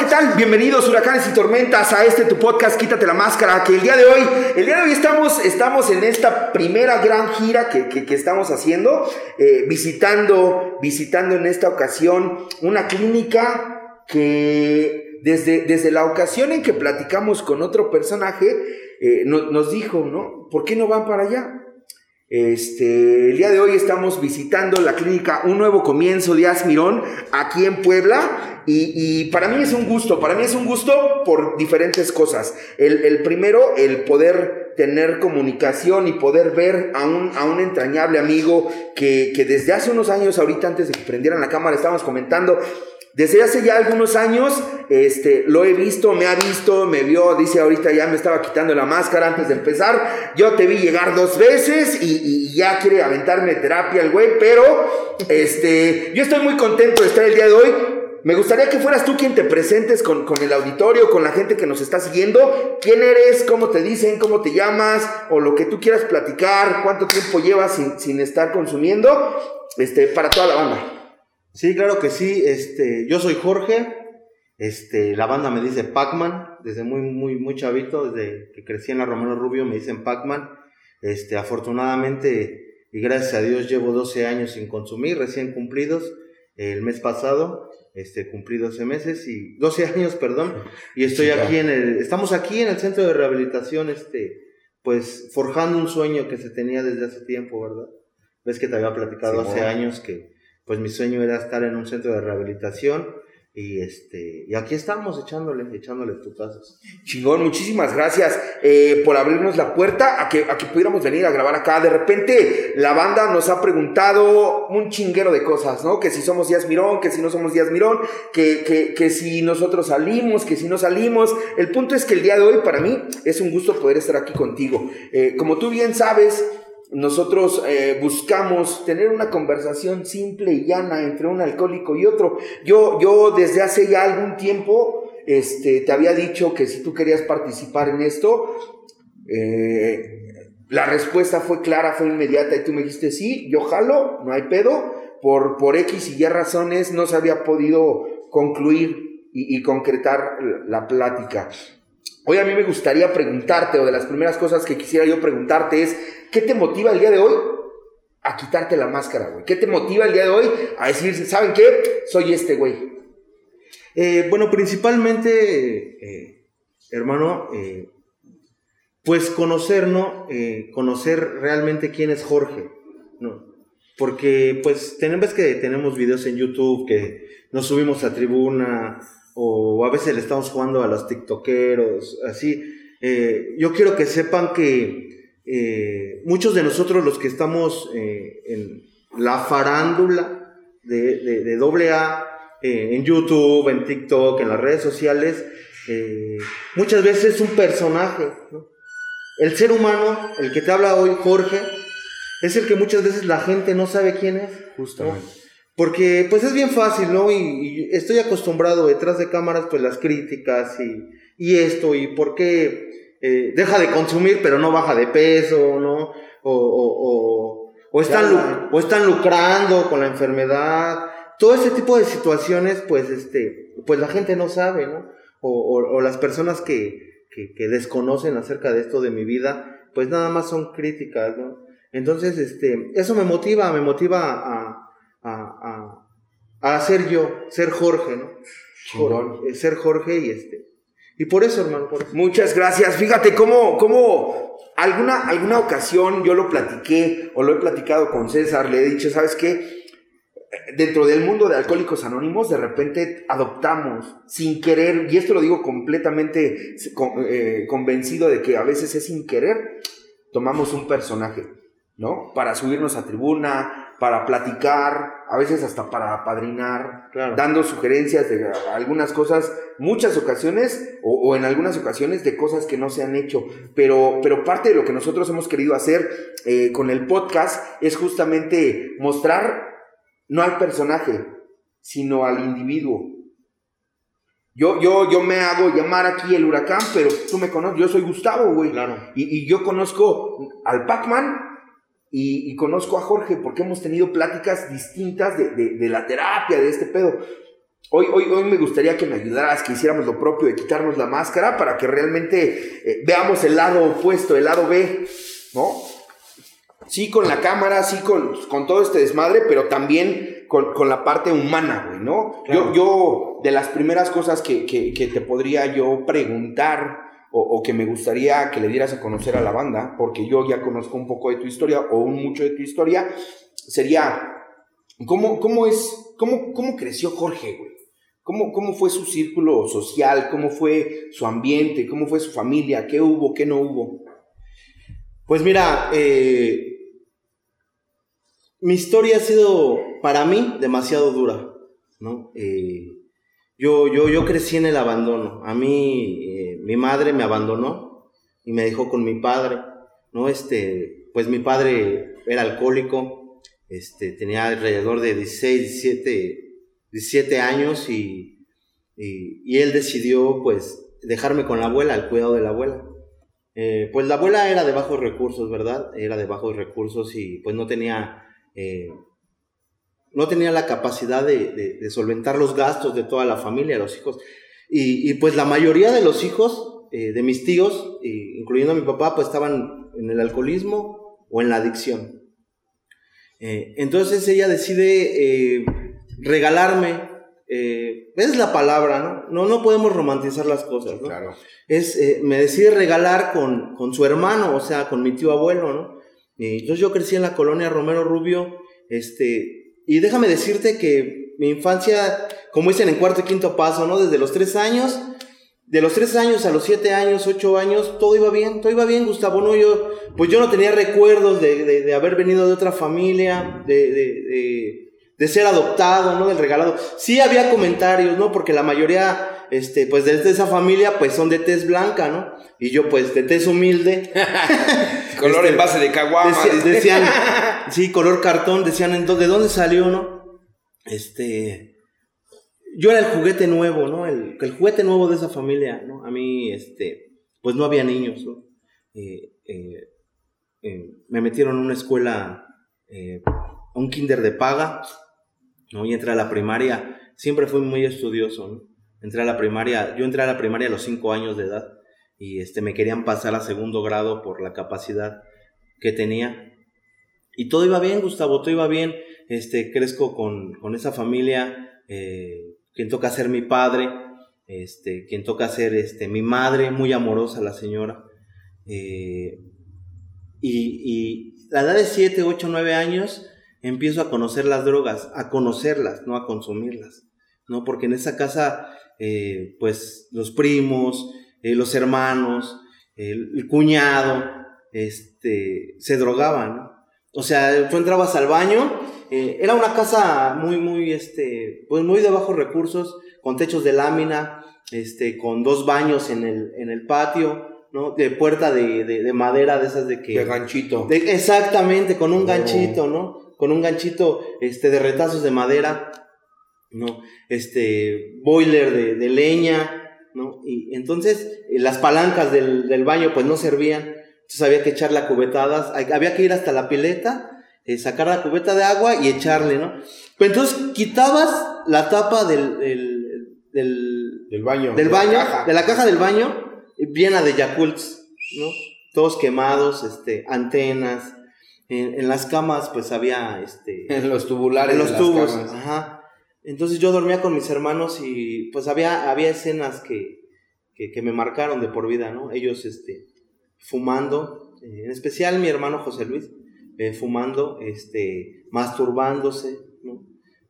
tal? Bienvenidos huracanes y tormentas a tu podcast Quítate la Máscara, que el día de hoy estamos en esta primera gran gira que estamos haciendo, visitando en esta ocasión una clínica que desde la ocasión en que platicamos con otro personaje, nos dijo, ¿no? ¿Por qué no van para allá? El día de hoy estamos visitando la clínica Un Nuevo Comienzo de Mirón, aquí en Puebla, y para mí es un gusto por diferentes cosas. El primero, el poder tener comunicación y poder ver a un entrañable amigo que desde hace unos años, ahorita antes de que prendieran la cámara, estábamos comentando. Desde hace ya algunos años, lo he visto, me ha visto, me vio, dice ahorita ya me estaba quitando la máscara antes de empezar. Yo te vi llegar 2 veces y ya quiere aventarme terapia el güey, pero yo estoy muy contento de estar el día de hoy. Me gustaría que fueras tú quien te presentes con el auditorio, con la gente que nos está siguiendo. ¿Quién eres? ¿Cómo te dicen? ¿Cómo te llamas? O lo que tú quieras platicar. ¿Cuánto tiempo llevas sin estar consumiendo? Para toda la banda. Sí, claro que sí. Yo soy Jorge. La banda me dice Pac-Man. Desde muy chavito, desde que crecí en la Romero Rubio, me dicen Pac-Man. Afortunadamente, y gracias a Dios, llevo 12 años sin consumir, recién cumplidos. El mes pasado, cumplí 12 años, perdón. Y estamos aquí en el centro de rehabilitación, pues, forjando un sueño que se tenía desde hace tiempo, ¿verdad? Ves que te había platicado hace años que pues mi sueño era estar en un centro de rehabilitación y aquí estamos echándole putazos. Chingón, muchísimas gracias por abrirnos la puerta a que pudiéramos venir a grabar acá. De repente la banda nos ha preguntado un chinguero de cosas, ¿no? Que si somos Díaz Mirón, que si no somos Díaz Mirón, que si nosotros salimos, que si no salimos. El punto es que el día de hoy para mí es un gusto poder estar aquí contigo. Como tú bien sabes, nosotros buscamos tener una conversación simple y llana entre un alcohólico y otro. Yo desde hace ya algún tiempo te había dicho que si tú querías participar en esto, la respuesta fue clara, fue inmediata, y tú me dijiste sí, yo jalo, no hay pedo. Por X y Y razones no se había podido concluir y concretar la plática. Hoy a mí me gustaría preguntarte, o de las primeras cosas que quisiera yo preguntarte es, ¿qué te motiva el día de hoy a quitarte la máscara, güey? ¿Qué te motiva el día de hoy a decir, ¿saben qué? Soy güey. Bueno, principalmente, hermano, pues conocer, ¿no? Conocer realmente quién es Jorge, ¿no? Porque, pues, tenemos videos en YouTube que nos subimos a tribuna, o a veces le estamos jugando a los tiktokeros, así. Yo quiero que sepan que muchos de nosotros, los que estamos en la farándula de AA, en YouTube, en TikTok, en las redes sociales, muchas veces es un personaje, ¿no? El ser humano, el que te habla hoy, Jorge, es el que muchas veces la gente no sabe quién es. Justamente. ¿No? Porque pues es bien fácil, ¿no? Y estoy acostumbrado detrás de cámaras, pues las críticas y esto, y por qué deja de consumir pero no baja de peso, ¿no? O están lucrando con la enfermedad. Todo ese tipo de situaciones, pues pues la gente no sabe, ¿no? O las personas que desconocen acerca de esto de mi vida, pues nada más son críticas, ¿no? Entonces, eso me motiva a ser yo, ser Jorge, ¿no? Ser Jorge y por eso, hermano. Por eso. Muchas gracias. Fíjate cómo alguna ocasión yo lo platiqué o lo he platicado con César, le he dicho, ¿sabes qué? Dentro del mundo de Alcohólicos Anónimos, de repente adoptamos sin querer, y esto lo digo completamente convencido de que a veces es sin querer, tomamos un personaje, ¿no? Para subirnos a tribuna, para platicar, a veces hasta para apadrinar, claro, dando sugerencias de algunas cosas, muchas ocasiones, o en algunas ocasiones de cosas que no se han hecho, pero parte de lo que nosotros hemos querido hacer con el podcast es justamente mostrar no al personaje, sino al individuo. Yo me hago llamar aquí el huracán, pero tú me conoces, yo soy Gustavo, güey. Claro. Y yo conozco al Pac-Man y conozco a Jorge porque hemos tenido pláticas distintas de la terapia, de este pedo. Hoy me gustaría que me ayudaras, que hiciéramos lo propio de quitarnos la máscara para que realmente veamos el lado opuesto, el lado B, ¿no? Sí, con la cámara, sí, con todo este desmadre, pero también con la parte humana, güey, ¿no? Claro. Yo, de las primeras cosas que te podría yo preguntar o que me gustaría que le dieras a conocer a la banda, porque yo ya conozco un poco de tu historia o mucho de tu historia, sería, ¿cómo creció Jorge, güey? ¿Cómo fue su círculo social? ¿Cómo fue su ambiente? ¿Cómo fue su familia? ¿Qué hubo? ¿Qué no hubo? Pues mira, mi historia ha sido para mí demasiado dura, ¿no? Yo crecí en el abandono. A mí mi madre me abandonó y me dejó con mi padre, ¿no? Pues mi padre era alcohólico, tenía alrededor de 17 años y él decidió pues dejarme con la abuela, al cuidado de la abuela. Pues la abuela era de bajos recursos, ¿verdad? Era de bajos recursos y pues no tenía la capacidad de solventar los gastos de toda la familia, los hijos. Y pues la mayoría de los hijos de mis tíos, incluyendo a mi papá, pues estaban en el alcoholismo o en la adicción. Entonces ella decide regalarme, esa es la palabra, ¿no? No podemos romantizar las cosas, ¿no? Claro. Me decide regalar con su hermano, o sea, con mi tío abuelo, ¿no? Entonces yo crecí en la colonia Romero Rubio, y déjame decirte que mi infancia, como dicen en cuarto y quinto paso, ¿no? Desde los 3 años, de los 3 años a los 7 años, 8 años, todo iba bien, Gustavo, ¿no? Yo no tenía recuerdos de haber venido de otra familia, de ser adoptado, ¿no? Del regalado. Sí había comentarios, ¿no? Porque la mayoría, pues de esa familia, pues son de tez blanca, ¿no? Y yo, pues, de tez humilde. Color en base de caguama. Decían, sí, color cartón, decían, ¿de dónde salió, no? Yo era el juguete nuevo, ¿no? El juguete nuevo de esa familia, ¿no? A mí, pues no había niños, ¿no? Me metieron en una escuela, a un kinder de paga, ¿no? Y entré a la primaria, siempre fui muy estudioso, ¿no? Yo entré a la primaria a los 5 años de edad y me querían pasar a segundo grado por la capacidad que tenía. Y todo iba bien, Gustavo, todo iba bien. Crezco con esa familia, quien toca ser mi padre, quien toca ser mi madre, muy amorosa la señora. Y a la edad de 7, 8, 9 años empiezo a conocer las drogas, a conocerlas, no a consumirlas, ¿no? Porque en esa casa, pues los primos, los hermanos, el cuñado, se drogaban, ¿no? O sea, tú entrabas al baño, era una casa muy, pues muy de bajos recursos, con techos de lámina, con 2 baños en el patio, ¿no? De puerta de madera, de esas de que... De ganchito. Exactamente, con un ganchito, ¿no? Con un ganchito, de retazos de madera, ¿no? Boiler de leña, ¿no? Y entonces, las palancas del baño, pues no servían. Entonces había que echarle a cubetadas, había que ir hasta la pileta, sacar la cubeta de agua y echarle, ¿no? Pero entonces quitabas la tapa del baño, de la caja del baño, llena de Yakults, ¿no? Todos quemados, antenas, en las camas pues había, en los tubulares, en los de tubos, las camas. Ajá. Entonces yo dormía con mis hermanos y pues había escenas que me marcaron de por vida, ¿no? Ellos, fumando, en especial mi hermano José Luis, fumando, masturbándose, ¿no?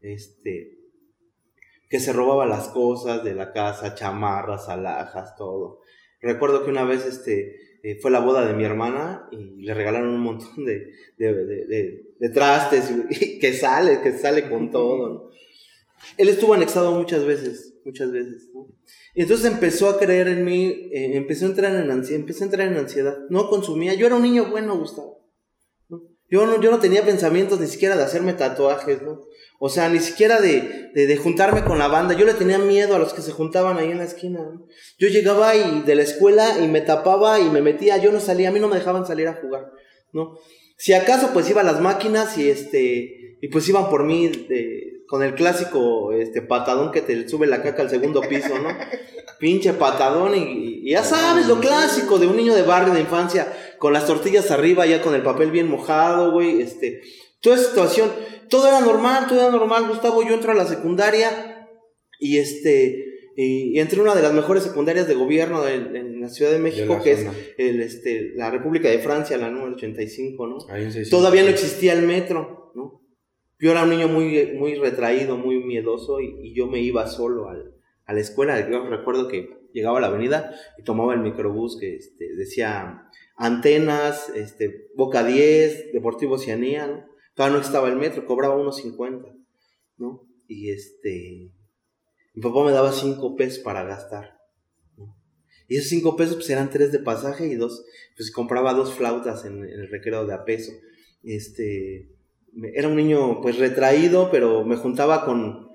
Que se robaba las cosas de la casa, chamarras, alhajas, todo. Recuerdo que una vez, fue la boda de mi hermana y le regalaron un montón de trastes y que sale con todo, ¿no? Él estuvo anexado muchas veces, ¿no? Y entonces empezó a creer en mí, empecé a entrar en ansiedad. No consumía, yo era un niño bueno, Gustavo, ¿no? Yo no tenía pensamientos ni siquiera de hacerme tatuajes, ¿no? O sea, ni siquiera de juntarme con la banda. Yo le tenía miedo a los que se juntaban ahí en la esquina, ¿no? Yo llegaba de la escuela y me tapaba y me metía, yo no salía, a mí no me dejaban salir a jugar, ¿no? Si acaso pues iba a las máquinas y pues iban por mí con el clásico patadón que te sube la caca al segundo piso, ¿no? Pinche patadón y ya sabes, lo clásico de un niño de barrio de infancia, con las tortillas arriba, ya con el papel bien mojado, güey, toda esa situación, todo era normal, Gustavo. Yo entro a la secundaria y entré a una de las mejores secundarias de gobierno en la Ciudad de México, que zona. Es la República de Francia, la número 85, ¿no? Todavía no existía el metro, ¿no? Yo era un niño muy, muy retraído, muy miedoso, y yo me iba solo a la escuela. Yo recuerdo que llegaba a la avenida y tomaba el microbús que decía Antenas, Boca 10, Deportivo Oceanía, ¿no? Todavía no estaba el metro, cobraba 1.50, ¿no? Y mi papá me daba 5 pesos para gastar, ¿no? Y esos 5 pesos pues eran 3 de pasaje y 2, pues compraba 2 flautas en el recreo de a peso. Era un niño pues retraído, pero me juntaba con...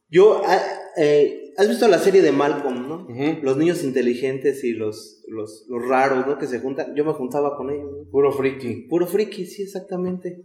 ¿has visto la serie de Malcolm, no? Uh-huh. Los niños inteligentes y los raros, ¿no? Que se juntan. Yo me juntaba con ellos, ¿no? Puro friki, sí, exactamente.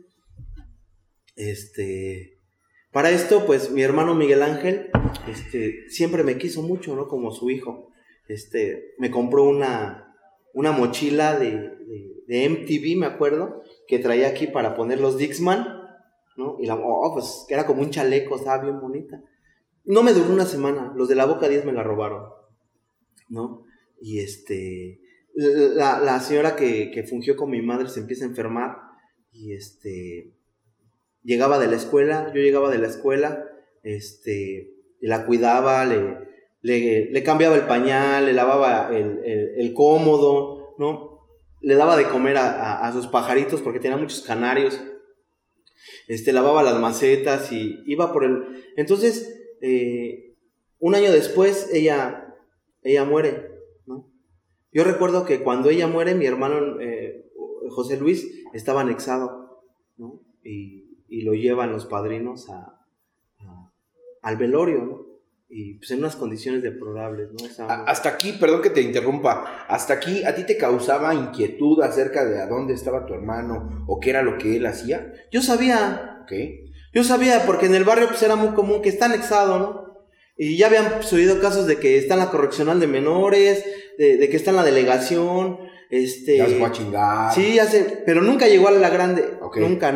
Para esto, pues, mi hermano Miguel Ángel, siempre me quiso mucho, ¿no? Como su hijo. Me compró una mochila de MTV, me acuerdo, que traía aquí para poner los Dixman, ¿no? Y pues, era como un chaleco, estaba bien bonita. No me duró una semana, los de la Boca 10 me la robaron, ¿no? Y la señora que fungió con mi madre se empieza a enfermar y llegaba de la escuela, yo llegaba de la escuela, la cuidaba, le cambiaba el pañal, le lavaba el cómodo, ¿no? Le daba de comer a sus pajaritos porque tenía muchos canarios, lavaba las macetas y iba por el... Entonces, un año después ella muere, ¿no? Yo recuerdo que cuando ella muere, mi hermano José Luis estaba anexado, ¿no? Y lo llevan los padrinos al velorio, ¿no? Y pues en unas condiciones deplorables, ¿no? Hasta aquí, perdón que te interrumpa, hasta aquí, ¿a ti te causaba inquietud acerca de a dónde estaba tu hermano o qué era lo que él hacía? Yo sabía. Okay. Yo sabía, porque en el barrio pues era muy común que está anexado, ¿no? Y ya habían sucedido casos de que está en la correccional de menores, de que está en la delegación, Ya se fue a chingar. Sí, pero nunca llegó a la grande. Okay. Nunca.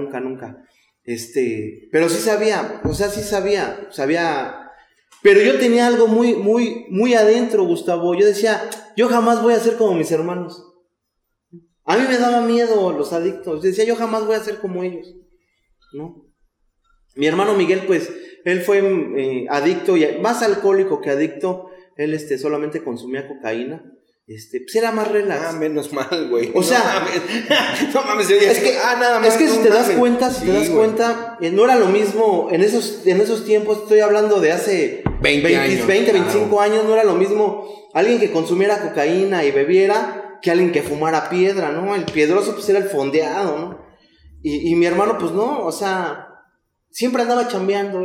Pero sí sabía, sabía. Pero yo tenía algo muy, muy, muy adentro, Gustavo. Yo decía, yo jamás voy a ser como mis hermanos. A mí me daba miedo los adictos. Yo decía, yo jamás voy a ser como ellos, ¿no? Mi hermano Miguel, pues, él fue adicto, y más alcohólico que adicto. Él solamente consumía cocaína. Pues era más relax. Menos mal, güey. O sea, no mames, es que nada más. Es que si te das cuenta, no era lo mismo en esos tiempos. Estoy hablando de hace 20, 25 años. No era lo mismo alguien que consumiera cocaína y bebiera que alguien que fumara piedra, ¿no? El piedroso pues era el fondeado, ¿no? Y mi hermano, pues no, o sea, siempre andaba chambeando,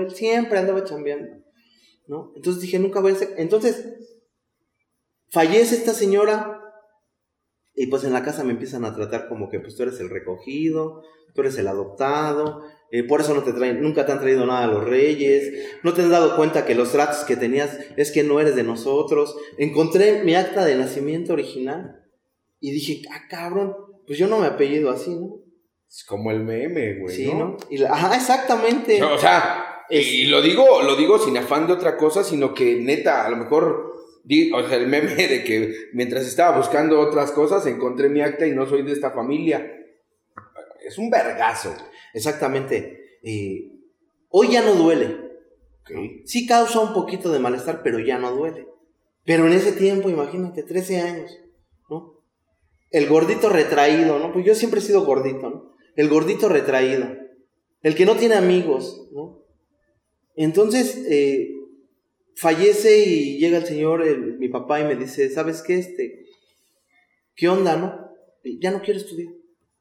¿no? Entonces dije, nunca voy a ser. Entonces, fallece esta señora y pues en la casa me empiezan a tratar como que pues tú eres el recogido, tú eres el adoptado, por eso nunca te han traído nada a los reyes, no te has dado cuenta que los tratos que tenías es que no eres de nosotros. Encontré mi acta de nacimiento original y dije, cabrón, pues yo no me apellido así, ¿no? Es como el meme, güey, sí, ¿no? Exactamente. No, o sea, y lo digo sin afán de otra cosa, sino que neta, a lo mejor, o sea, el meme de que mientras estaba buscando otras cosas, encontré mi acta y no soy de esta familia. Es un vergazo. Exactamente. Hoy ya no duele. Okay. Sí causa un poquito de malestar, pero ya no duele. Pero en ese tiempo, imagínate, 13 años, ¿no? El gordito retraído, ¿no? Pues yo siempre he sido gordito, ¿no? El gordito retraído, el que no tiene amigos, ¿no? Entonces, fallece y llega el señor, mi papá, y me dice, ¿sabes qué? ¿Qué onda, no? Ya no quiero estudiar.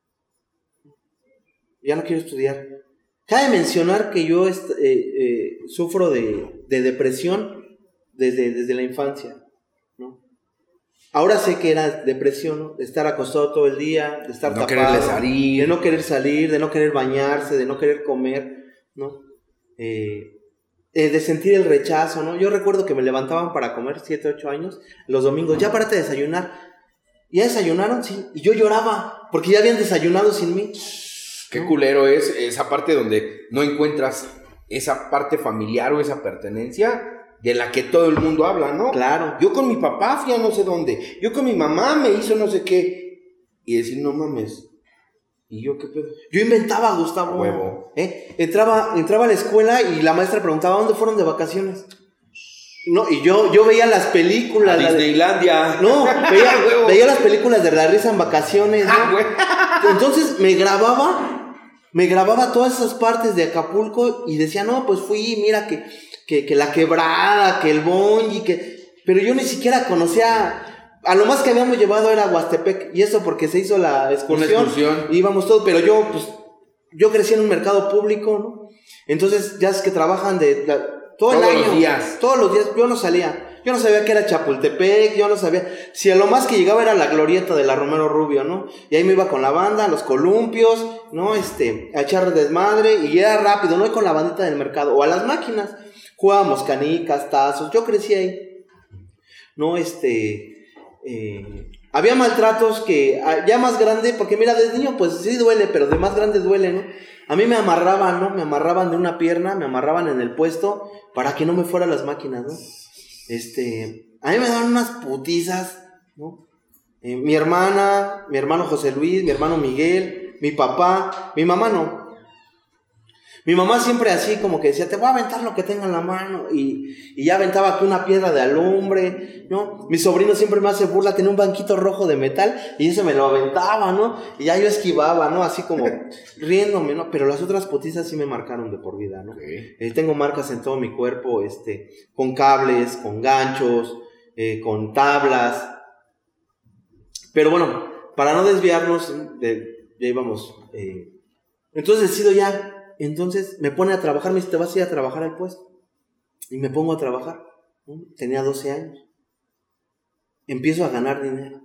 Cabe mencionar que yo sufro de depresión desde la infancia, ¿no? Ahora sé que era depresión, ¿no? De estar acostado todo el día, de estar tapado, de no querer salir, de no querer bañarse, de no querer comer, ¿no? de sentir el rechazo, ¿no? Yo recuerdo que me levantaban para comer 7, 8 años, los domingos, ya párate a desayunar. ¿Ya desayunaron? Sí. Y yo lloraba, porque ya habían desayunado sin mí. Qué culero es esa parte donde no encuentras esa parte familiar o esa pertenencia de la que todo el mundo habla, ¿no? Claro. Yo con mi papá fui a no sé dónde, yo con mi mamá me hizo no sé qué, y decir, no mames, ¿y yo qué pedo? Yo inventaba, Gustavo. Huevo. Entraba a la escuela y la maestra preguntaba, ¿dónde fueron de vacaciones? No, y yo veía las películas. A Disneylandia. No, veía las películas de La Risa en Vacaciones, ¿no? Entonces me grababa todas esas partes de Acapulco y decía, no, pues fui, mira que la quebrada, que el bungee, pero yo ni siquiera conocía, a lo más que habíamos llevado era Huastepec, y eso porque se hizo la excursión. Íbamos todos, pero yo crecí en un mercado público, ¿no? Entonces ya es que trabajan todo el año. Todos los días, yo no salía. Yo no sabía que era Chapultepec, yo no sabía. Si a lo más que llegaba era la glorieta de la Romero Rubio, ¿no? Y ahí me iba con la banda, a los columpios, ¿no? A echar desmadre, y era rápido, ¿no? Y con la bandita del mercado, o a las máquinas. Jugábamos canicas, tazos, yo crecí ahí. No, había maltratos que, ya más grande, porque mira, desde niño pues sí duele, pero de más grande duele, ¿no? A mí me amarraban, ¿no? Me amarraban de una pierna, me amarraban en el puesto para que no me fueran las máquinas, ¿no? A mí me daban unas putizas, ¿no? Mi hermano José Luis, mi hermano Miguel, mi papá, mi mamá no. Mi mamá siempre así como que decía, te voy a aventar lo que tenga en la mano, y ya aventaba aquí una piedra de alumbre, ¿no? Mi sobrino siempre me hace burla, tenía un banquito rojo de metal y ese me lo aventaba, ¿no? Y ya yo esquivaba, ¿no? Así como riéndome, ¿no? Pero las otras putizas sí me marcaron de por vida, ¿no? Okay. Tengo marcas en todo mi cuerpo, con cables, con ganchos, con tablas. Pero bueno, para no desviarnos, ya íbamos. Entonces decido ya. Entonces me pone a trabajar, me dice, te vas a ir a trabajar al puesto. Y me pongo a trabajar, ¿no? Tenía 12 años. Empiezo a ganar dinero.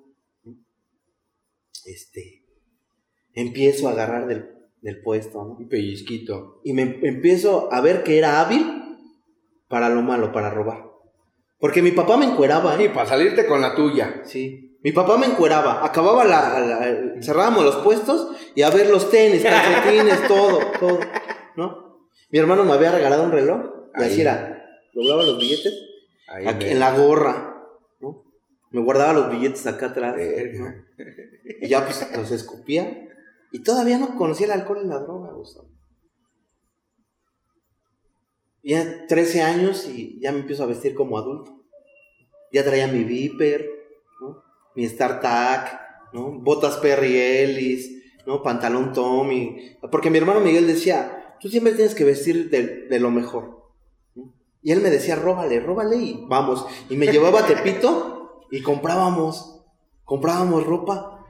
Empiezo a agarrar del puesto, ¿no? Un pellizquito. Y me empiezo a ver que era hábil para lo malo, para robar. Porque mi papá me encueraba, Sí, para salirte con la tuya. Sí. Mi papá me encueraba. Acababa cerrábamos los puestos y a ver los tenis, calcetines, todo, ¿no? Mi hermano me había regalado un reloj y así era. Doblaba los billetes aquí, en la gorra, ¿no? Me guardaba los billetes acá atrás, ¿no? Y ya pues los escupía. Y todavía no conocía el alcohol y la droga, Gustavo. Ya 13 años y ya me empiezo a vestir como adulto. Ya traía mi Viper, ¿no? Mi StarTac, ¿no? Botas Perry Ellis, ¿no? Pantalón Tommy. Porque mi hermano Miguel decía, tú siempre tienes que vestir de lo mejor, ¿no? Y él me decía, róbale y vamos. Y me llevaba a Tepito y comprábamos ropa.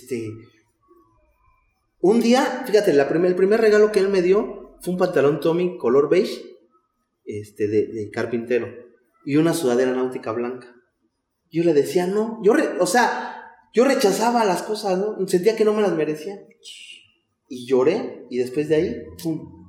Un día, fíjate, el primer regalo que él me dio fue un pantalón Tommy color beige, de carpintero, y una sudadera náutica blanca. Yo le decía no, yo rechazaba las cosas, ¿no? Sentía que no me las merecía. Y lloré, y después de ahí, ¡pum!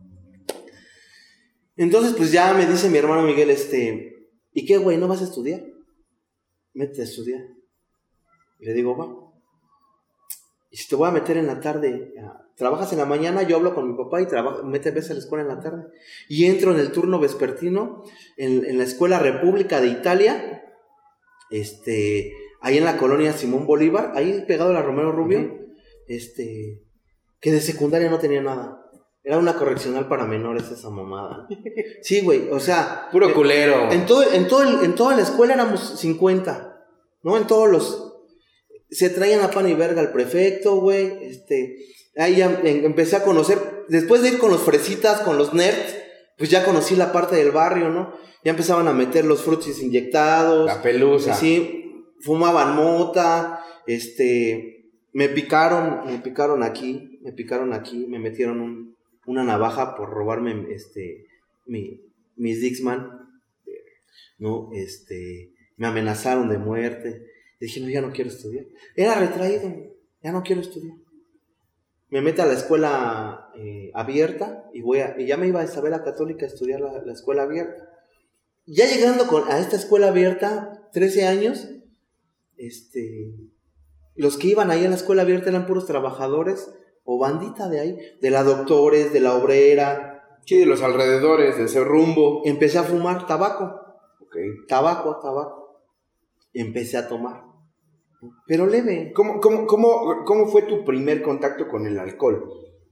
Entonces, pues ya me dice mi hermano Miguel, ¿y qué, güey? ¿No vas a estudiar? Métete a estudiar. Y le digo, va. Y si te voy a meter en la tarde, trabajas en la mañana, yo hablo con mi papá y vete a la escuela en la tarde. Y entro en el turno vespertino en la Escuela República de Italia, ahí en la colonia Simón Bolívar, ahí pegado a la Romero Rubio, que de secundaria no tenía nada. Era una correccional para menores esa mamada. Sí, güey, o sea... Puro culero. En toda la escuela éramos 50, ¿no? En todos los... Se traían a pan y verga al prefecto, güey. Ahí ya empecé a conocer, después de ir con los fresitas, con los nerds, pues ya conocí la parte del barrio, ¿no? Ya empezaban a meter los frutis inyectados. La pelusa. Sí, fumaban mota, me picaron aquí, me metieron una navaja por robarme, mis Dixman, ¿no? Me amenazaron de muerte. Dije, no, ya no quiero estudiar. Era retraído, ya no quiero estudiar. me mete a la escuela abierta y ya me iba a Isabela Católica a estudiar la escuela abierta. Ya llegando a esta escuela abierta, 13 años, los que iban ahí a la escuela abierta eran puros trabajadores o bandita de ahí, de la Doctores, de la Obrera. Sí, de los alrededores, de ese rumbo. Empecé a fumar tabaco. Okay. Tabaco. Empecé a tomar. Pero leve. ¿Cómo fue tu primer contacto con el alcohol?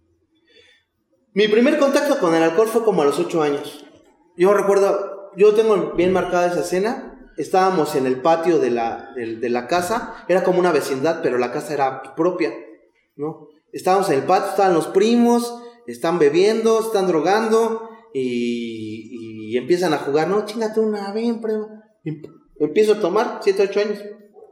Mi primer contacto con el alcohol fue como a los 8 años. Yo recuerdo, yo tengo bien marcada esa escena. Estábamos en el patio de la casa. Era como una vecindad, pero la casa era propia, ¿no? Estábamos en el patio, estaban los primos, están bebiendo, están drogando y empiezan a jugar. No, chíngate una, ven, prueba. Empiezo a tomar, 7, 8 años.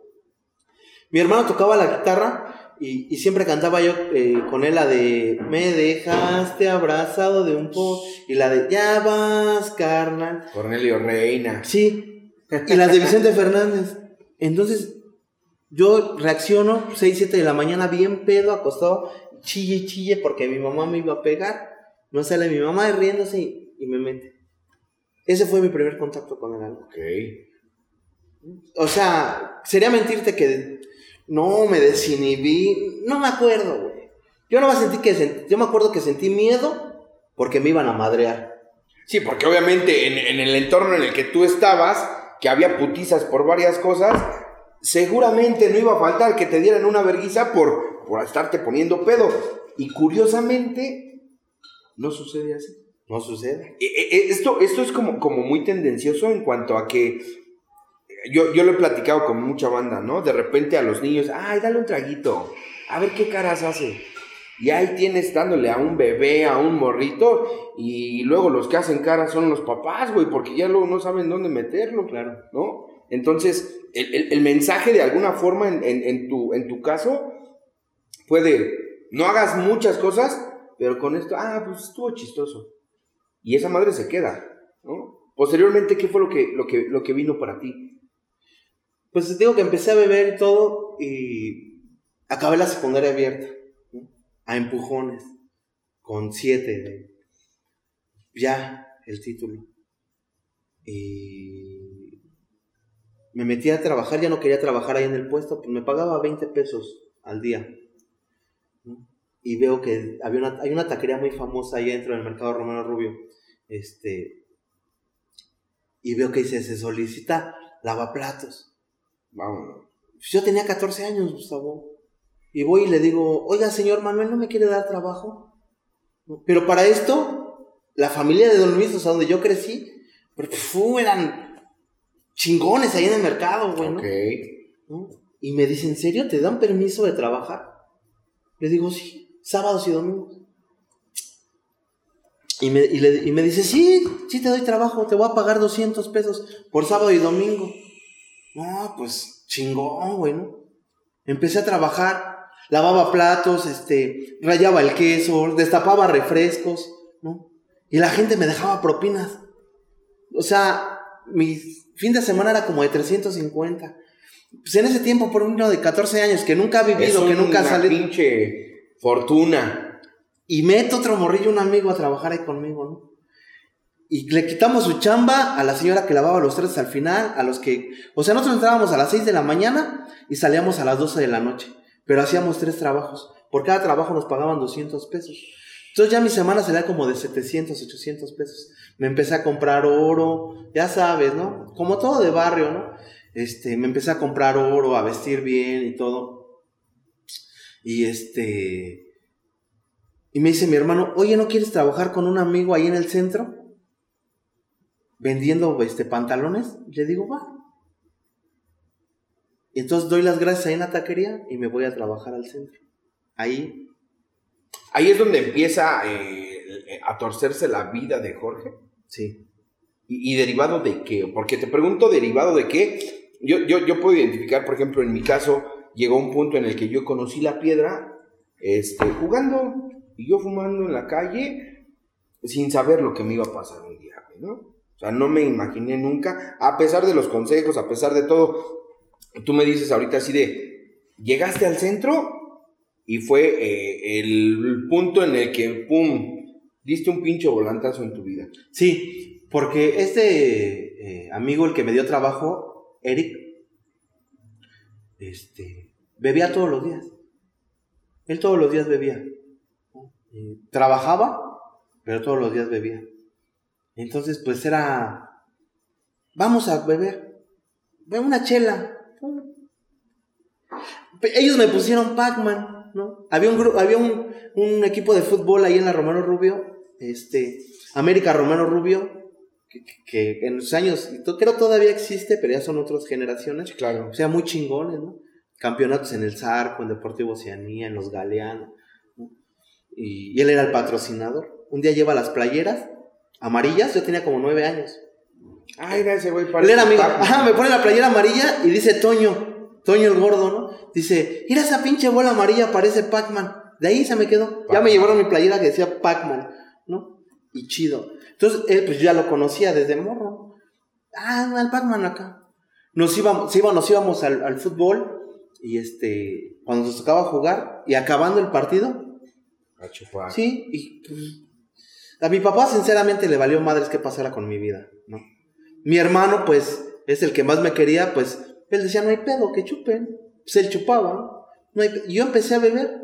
Mi hermano tocaba la guitarra y siempre cantaba yo con él la de me dejaste abrazado de un po' y la de ya vas, carnal. Cornelio Reina. Sí, y las de Vicente Fernández. Entonces yo reacciono 6, 7 de la mañana bien pedo, acostado, chille porque mi mamá me iba a pegar. No sale mi mamá riéndose y me mete. Ese fue mi primer contacto con el alcohol. Okay. O sea, sería mentirte que no me desinhibí. No me acuerdo, güey. Yo me acuerdo que sentí miedo porque me iban a madrear. Sí, porque obviamente en el entorno en el que tú estabas, que había putizas por varias cosas, seguramente no iba a faltar que te dieran una vergüenza por estarte poniendo pedo. Y curiosamente, no sucede así. No sucede. Esto es como muy tendencioso en cuanto a que yo lo he platicado con mucha banda, ¿no? De repente a los niños, ay, dale un traguito, a ver qué caras hace. Y ahí tienes dándole a un bebé, a un morrito, y luego los que hacen caras son los papás, güey, porque ya luego no saben dónde meterlo, claro, ¿no? Entonces, el mensaje de alguna forma en tu caso puede, no hagas muchas cosas, pero con esto, pues estuvo chistoso. Y esa madre se queda, ¿no? Posteriormente, ¿qué fue lo que vino para ti? Pues te digo que empecé a beber y todo y acabé la secundaria abierta, ¿no? A empujones, con 7, ya el título. Y me metí a trabajar, ya no quería trabajar ahí en el puesto, pues me pagaba 20 pesos al día, ¿no? Y veo que hay una taquería muy famosa ahí dentro del mercado Romano Rubio, y veo que se solicita lavaplatos. Vámonos. Yo tenía 14 años, Gustavo, y voy y le digo, oiga, señor Manuel, ¿no me quiere dar trabajo? Pero para esto, la familia de Don Luis, o sea, donde yo crecí, eran chingones ahí en el mercado, güey, ¿no? Okay. ¿No? Y me dice, ¿en serio te dan permiso de trabajar? Le digo, sí, sábados y domingos. Y me dice, sí te doy trabajo, te voy a pagar 200 pesos por sábado y domingo. No, pues chingón, güey, ¿no? Empecé a trabajar, lavaba platos, rayaba el queso, destapaba refrescos, ¿no? Y la gente me dejaba propinas. O sea, mi fin de semana era como de 350. Pues en ese tiempo, por un niño de 14 años que nunca ha vivido, que nunca ha salido. Es una pinche fortuna. Y meto otro morrillo, un amigo, a trabajar ahí conmigo, ¿no? Y le quitamos su chamba a la señora que lavaba los trastes al final, a los que... O sea, nosotros entrábamos a las 6 de la mañana y salíamos a las 12 de la noche. Pero hacíamos 3 trabajos. Por cada trabajo nos pagaban 200 pesos. Entonces ya mi semana salía como de 700, 800 pesos. Me empecé a comprar oro, ya sabes, ¿no? Como todo de barrio, ¿no? Me empecé a comprar oro, a vestir bien y todo. Y y me dice mi hermano, oye, ¿no quieres trabajar con un amigo ahí en el centro? Vendiendo pantalones. Y le digo, va. Y entonces doy las gracias ahí en la taquería y me voy a trabajar al centro. Ahí es donde empieza a torcerse la vida de Jorge. Sí. ¿Y derivado de qué? Porque te pregunto, ¿derivado de qué? Yo puedo identificar, por ejemplo, en mi caso, llegó un punto en el que yo conocí la piedra, jugando y yo fumando en la calle, sin saber lo que me iba a pasar un día, ¿no? O sea, no me imaginé nunca, a pesar de los consejos, a pesar de todo. Tú me dices ahorita así de, llegaste al centro y fue el punto en el que, ¡pum!, diste un pinche volantazo en tu vida. Sí, porque este amigo, el que me dio trabajo, Eric, bebía todos los días. Él todos los días bebía. Trabajaba, pero todos los días bebía. Entonces, pues era, vamos a beber, una chela. Ellos me pusieron Pac-Man, ¿no? Había un equipo de fútbol ahí en la Romero Rubio, América Romero Rubio, que en los años, creo todavía existe, pero ya son otras generaciones. Claro. O sea, muy chingones, ¿no? Campeonatos en el Zarco, en Deportivo Oceanía, en los Galeanos, ¿no? Y él era el patrocinador. Un día lleva las playeras amarillas, yo tenía como 9 años. Ay, era ese güey. Él era amigo. Ajá, me pone la playera amarilla y dice Toño el gordo, ¿no? Dice, mira esa pinche bola amarilla, parece Pac-Man. De ahí se me quedó. Pac-Man. Ya me llevaron mi playera que decía Pac-Man, ¿no? Y chido. Entonces, él pues ya lo conocía desde morro. El Pac-Man acá. Nos íbamos al fútbol y cuando nos tocaba jugar y acabando el partido, a chupar. Sí, y pues, a mi papá sinceramente le valió madres qué pasara con mi vida, ¿no? Mi hermano, pues, es el que más me quería, pues, él decía, no hay pedo, que chupen. Pues él chupaba, ¿no? Y yo empecé a beber.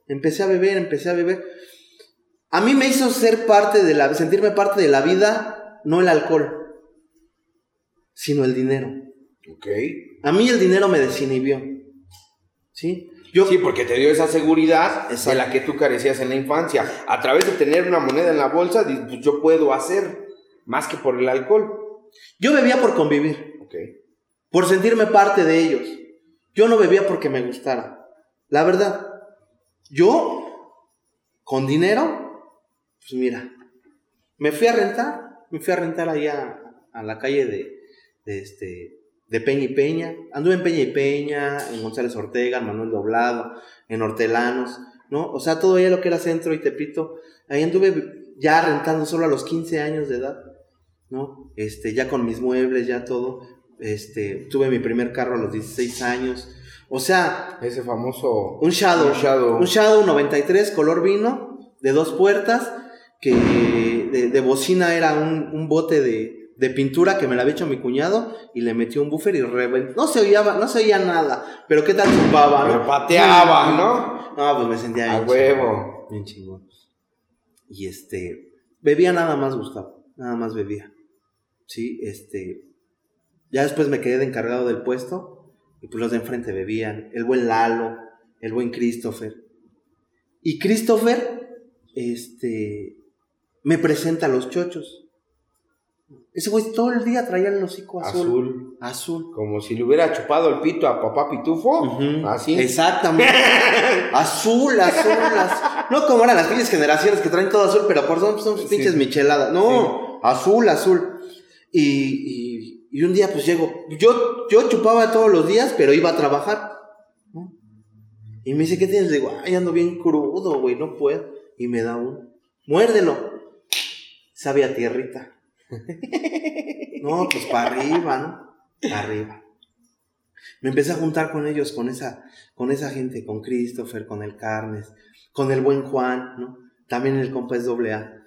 A mí me hizo sentirme parte de la vida, no el alcohol, sino el dinero. Ok. A mí el dinero me desinhibió, ¿sí? Sí, porque te dio esa seguridad. Exacto. De la que tú carecías en la infancia. A través de tener una moneda en la bolsa, pues yo puedo hacer más que por el alcohol. Yo bebía por convivir. Ok. Por sentirme parte de ellos. Yo no bebía porque me gustara. La verdad. Yo, con dinero, pues mira, me fui a rentar allá a la calle de Peña y Peña. Anduve en Peña y Peña, en González Ortega, en Manuel Doblado, en Hortelanos, ¿no? O sea, todo allá lo que era Centro y Tepito. Ahí anduve ya rentando solo a los 15 años de edad, ¿no? Ya con mis muebles, ya todo. Tuve mi primer carro a los 16 años. O sea, ese famoso un Shadow 93 color vino de 2 puertas que de bocina era un bote de pintura que me la había hecho mi cuñado y le metió un buffer y reventó. No se oía nada, pero qué tal chupaba, ¿no? Pero pateaba, ¿no? No, pues me sentía a huevo. Bien chingón. Y bebía nada más, Gustavo, nada más bebía. Sí, ya después me quedé de encargado del puesto y pues los de enfrente bebían, el buen Lalo, el buen Christopher. Y Christopher, me presenta a los chochos. Ese güey todo el día traía el hocico azul. Como si le hubiera chupado el pito a papá Pitufo. Uh-huh. Así. Exactamente. azul. No como eran las pinches generaciones que traen todo azul, pero por son pinches micheladas. No, sí. Azul. Y un día pues llego. Yo chupaba todos los días, pero iba a trabajar, ¿no? Y me dice, ¿qué tienes? Le digo, ando bien crudo, güey, no puedo. Y me da muérdelo. Sabe a tierrita. No, pues para arriba, ¿no? Para arriba. Me empecé a juntar con ellos, con esa gente, con Christopher, con el Carnes, con el buen Juan, ¿no? También el compa es AA.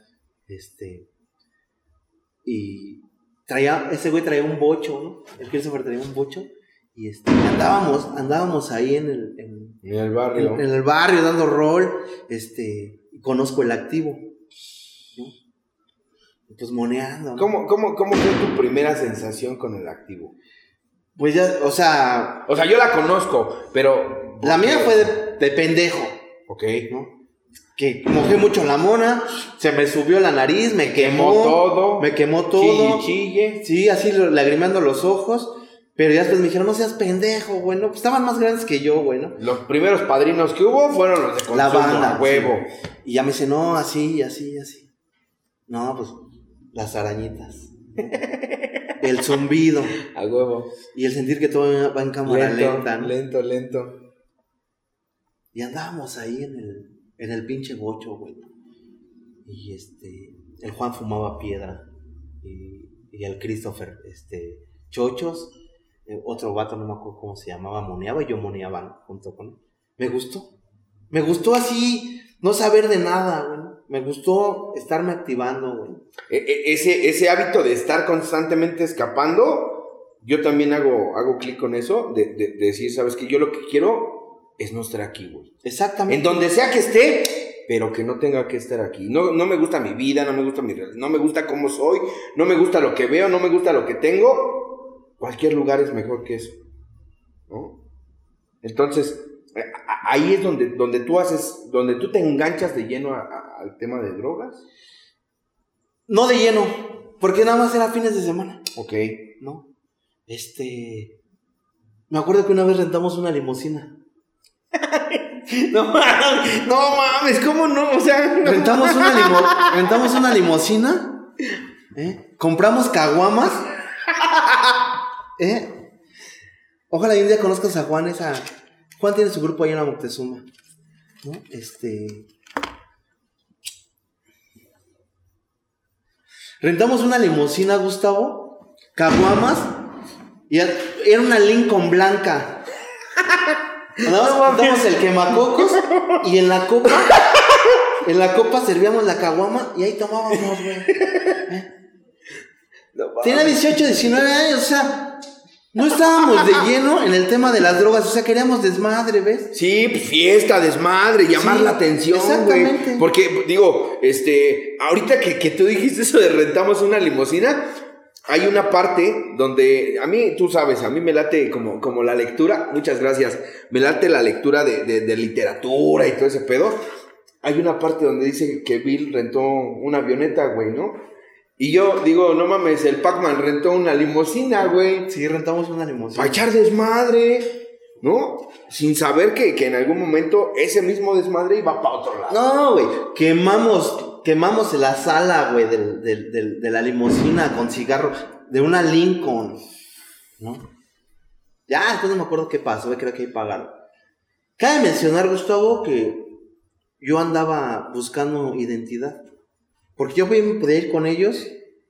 Y ese güey traía un bocho, ¿no? El Christopher traía un bocho. Y andábamos ahí en el barrio. En el barrio dando rol. Conozco el activo, ¿no? Pues moneando, ¿no? ¿Cómo fue tu primera sensación con el activo? Pues ya, o sea, yo la conozco, pero... La mía fue de pendejo. Ok. ¿No? Que mojé mucho la mona, se me subió la nariz, me quemó todo. Chille. Sí, así lagrimeando los ojos. Pero ya después me dijeron, no seas pendejo, güey, no, pues estaban más grandes que yo, güey, ¿no? Los primeros padrinos que hubo fueron los de consumo, la banda, huevo. Sí. Y ya me dice, no, así. No, pues, las arañitas. El zumbido. A huevo. Y el sentir que todo va en cámara lenta, ¿no? Lento. Y andábamos ahí en el pinche bocho, güey. Y el Juan fumaba piedra. Y el Christopher, chochos. Otro vato, no me acuerdo cómo se llamaba, moneaba y yo moneaba, ¿no? Junto con él. Me gustó. Me gustó así, no saber de nada, güey. Me gustó estarme activando, güey. Ese hábito de estar constantemente escapando, yo también hago clic con eso, de decir, ¿sabes qué? Yo lo que quiero es no estar aquí, güey. Exactamente. En donde sea que esté, pero que no tenga que estar aquí. No me gusta mi vida, no me gusta mi realidad, no me gusta cómo soy, no me gusta lo que veo, no me gusta lo que tengo. Cualquier lugar es mejor que eso, ¿no? Entonces, ahí es donde tú te enganchas de lleno al tema de drogas. No de lleno, porque nada más era fines de semana. Ok. ¿No? Me acuerdo que una vez rentamos una limusina. No mames, ¿cómo no? O sea, no. Rentamos una limusina, compramos caguamas, ojalá y un día conozcas a Juan. Juan tiene su grupo ahí en la Moctezuma, ¿no? Rentamos una limusina, Gustavo, caguamas, y era una Lincoln blanca. Damos el quemacocos y en la copa servíamos la caguama y ahí tomábamos, güey. Tenía 18, 19 años, o sea, no estábamos de lleno en el tema de las drogas, o sea, queríamos desmadre, ¿ves? Sí, pues fiesta, desmadre, llamar la atención, exactamente, güey. Porque, digo, ahorita que tú dijiste eso de rentamos una limusina, hay una parte donde, a mí, tú sabes, a mí me late como la lectura, muchas gracias, me late la lectura de literatura y todo ese pedo. Hay una parte donde dice que Bill rentó una avioneta, güey, ¿no? Y yo digo, no mames, el Pac-Man rentó una limusina, güey. Sí, rentamos una limusina. Para echar desmadre, ¿no? Sin saber que en algún momento ese mismo desmadre iba para otro lado. No, güey, quemamos la sala, güey, de la limusina con cigarros, de una Lincoln, ¿no? Ya, después no me acuerdo qué pasó, creo que ahí pagaron. Cabe mencionar, Gustavo, que yo andaba buscando identidad, porque yo podía ir con ellos,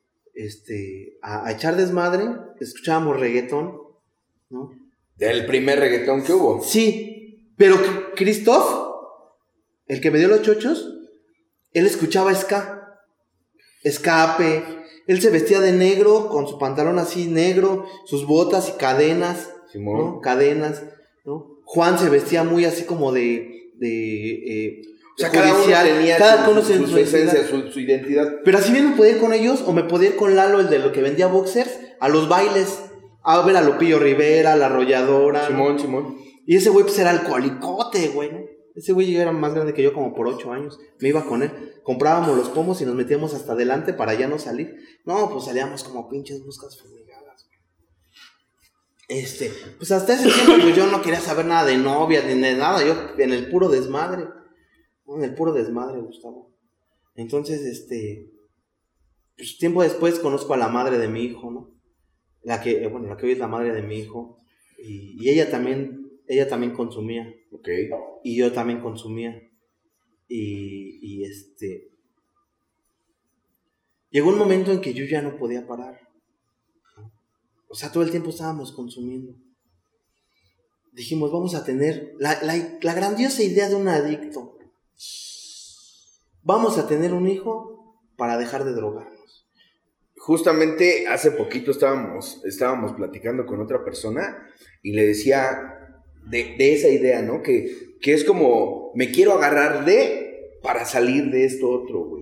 a echar desmadre, escuchábamos reggaetón, ¿no? Del primer reggaetón que hubo. Sí, pero Christoph, el que me dio los chochos, él escuchaba ska, escape, él se vestía de negro, con su pantalón así negro, sus botas y cadenas, Simón. ¿no? Cadenas, ¿no? Juan se vestía muy así como o sea, cada uno tenía su esencia, su identidad. Pero así bien me podía ir con ellos, o me podía ir con Lalo, el de lo que vendía boxers, a los bailes, a ver a Lupillo Rivera, a La Arrolladora. Simón. Y ese güey pues era alcoholicote, güey, ¿no? Ese güey era más grande que yo como por 8 años. Me iba con él. Comprábamos los pomos y nos metíamos hasta adelante para ya no salir. No, pues salíamos como pinches moscas fumigadas, güey. Pues hasta ese tiempo pues yo no quería saber nada de novias ni de nada. Yo en el puro desmadre. ¿No? En el puro desmadre, Gustavo. Entonces, pues tiempo después conozco a la madre de mi hijo, ¿no? La que hoy es la madre de mi hijo. Y ella también consumía. Ok. Y yo también consumía. Y llegó un momento en que yo ya no podía parar. O sea, todo el tiempo estábamos consumiendo. Dijimos, vamos a tener la grandiosa idea de un adicto. Vamos a tener un hijo para dejar de drogarnos. Justamente hace poquito estábamos platicando con otra persona y le decía de esa idea, ¿no? Que es como, me quiero agarrar para salir de esto otro, güey.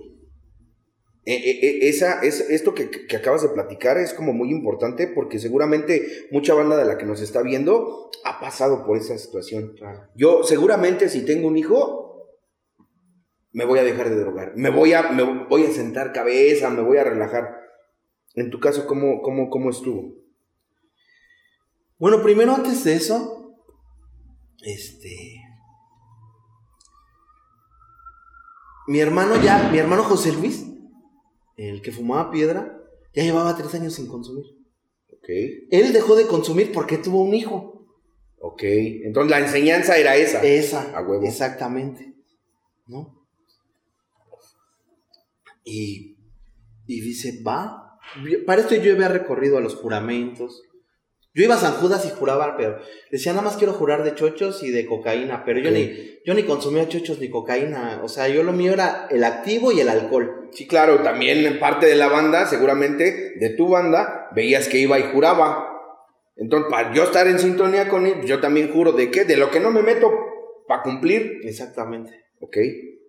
Esto que acabas de platicar es como muy importante porque seguramente mucha banda de la que nos está viendo ha pasado por esa situación. Claro. Yo seguramente si tengo un hijo, me voy a dejar de drogar, me voy a sentar cabeza, me voy a relajar. En tu caso, ¿cómo estuvo? Bueno, primero antes de eso, mi hermano José Luis, el que fumaba piedra, ya llevaba 3 años sin consumir. Ok. Él dejó de consumir porque tuvo un hijo. Ok, entonces la enseñanza era esa. Esa, a huevo. Exactamente, ¿no? Y dice, va. Para esto yo había recorrido a los juramentos. Yo iba a San Judas y juraba, pero decía, nada más quiero jurar de chochos y de cocaína, pero yo ni consumía chochos ni cocaína, o sea, yo lo mío era el activo y el alcohol. Sí, claro, también en parte de la banda, seguramente, de tu banda, veías que iba y juraba. Entonces, para yo estar en sintonía con él, yo también juro de qué, de lo que no me meto para cumplir. Exactamente. Ok.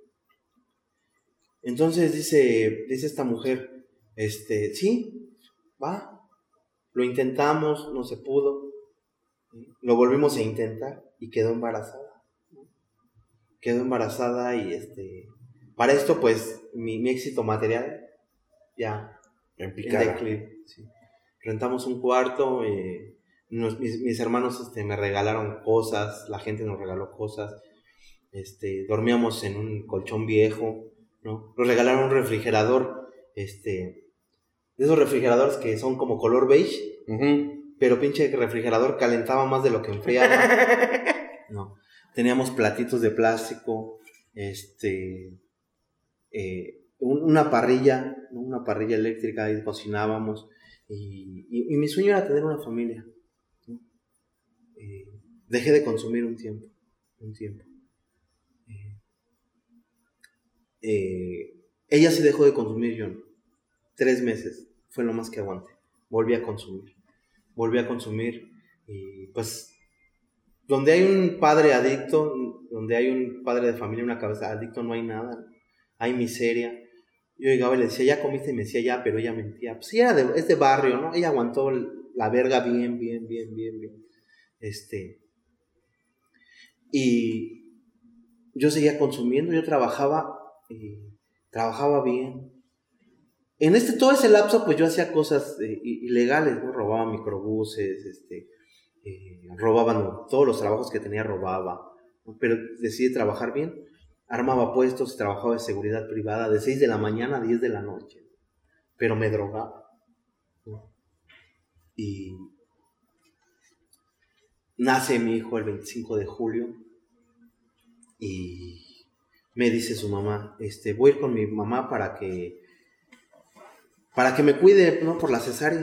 Entonces dice esta mujer, sí, va. Lo intentamos, no se pudo. Lo volvimos a intentar y quedó embarazada. Quedó embarazada y para esto, pues, mi éxito material ya en declive. Sí. Rentamos un cuarto, mis hermanos me regalaron cosas, la gente nos regaló cosas. Dormíamos en un colchón viejo, ¿no? Nos regalaron un refrigerador, de esos refrigeradores que son como color beige, pero pinche refrigerador calentaba más de lo que enfriaba. No. Teníamos platitos de plástico, una parrilla eléctrica, ahí cocinábamos, y mi sueño era tener una familia, ¿no? Dejé de consumir un tiempo. Ella sí dejó de consumir, yo no. 3 meses fue lo más que aguanté. Volví a consumir y pues donde hay un padre adicto, donde hay un padre de familia, una cabeza adicto, no hay nada, hay miseria. Yo llegaba y le decía, ¿ya comiste? Y me decía, ya, pero ella mentía. Pues sí, es de barrio, ¿no? Ella aguantó la verga bien. Y yo seguía consumiendo, yo trabajaba bien. En todo ese lapso, pues yo hacía cosas ilegales, ¿no? Robaba microbuses, robaban todos los trabajos que tenía, robaba, ¿no? Pero decidí trabajar bien. Armaba puestos, trabajaba de seguridad privada de 6 de la mañana a 10 de la noche, pero me drogaba, ¿no? Y nace mi hijo el 25 de julio y me dice su mamá, voy a ir con mi mamá para que me cuide, ¿no? Por la cesárea.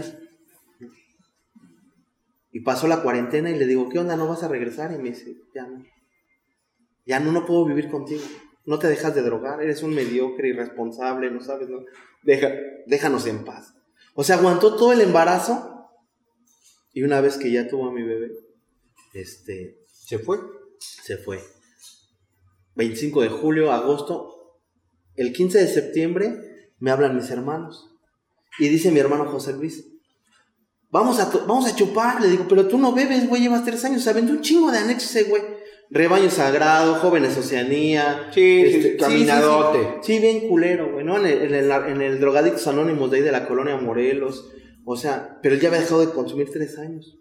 Y pasó la cuarentena y le digo, ¿qué onda? ¿No vas a regresar? Y me dice, ya no puedo vivir contigo. No te dejas de drogar, eres un mediocre, irresponsable, no sabes, ¿no? Déjanos en paz. O sea, aguantó todo el embarazo y una vez que ya tuvo a mi bebé, ¿se fue? Se fue. 25 de julio, agosto, el 15 de septiembre me hablan mis hermanos. Y dice mi hermano José Luis, vamos a chupar. Le digo, pero tú no bebes, güey, llevas 3 años. Se aventó un chingo de anexos, güey. Rebaño Sagrado, Jóvenes Oceanía. Sí, caminadote. Sí, bien culero, güey, ¿no? En el Drogadictos Anónimos de ahí de la colonia Morelos. O sea, pero él ya había dejado de consumir 3 años.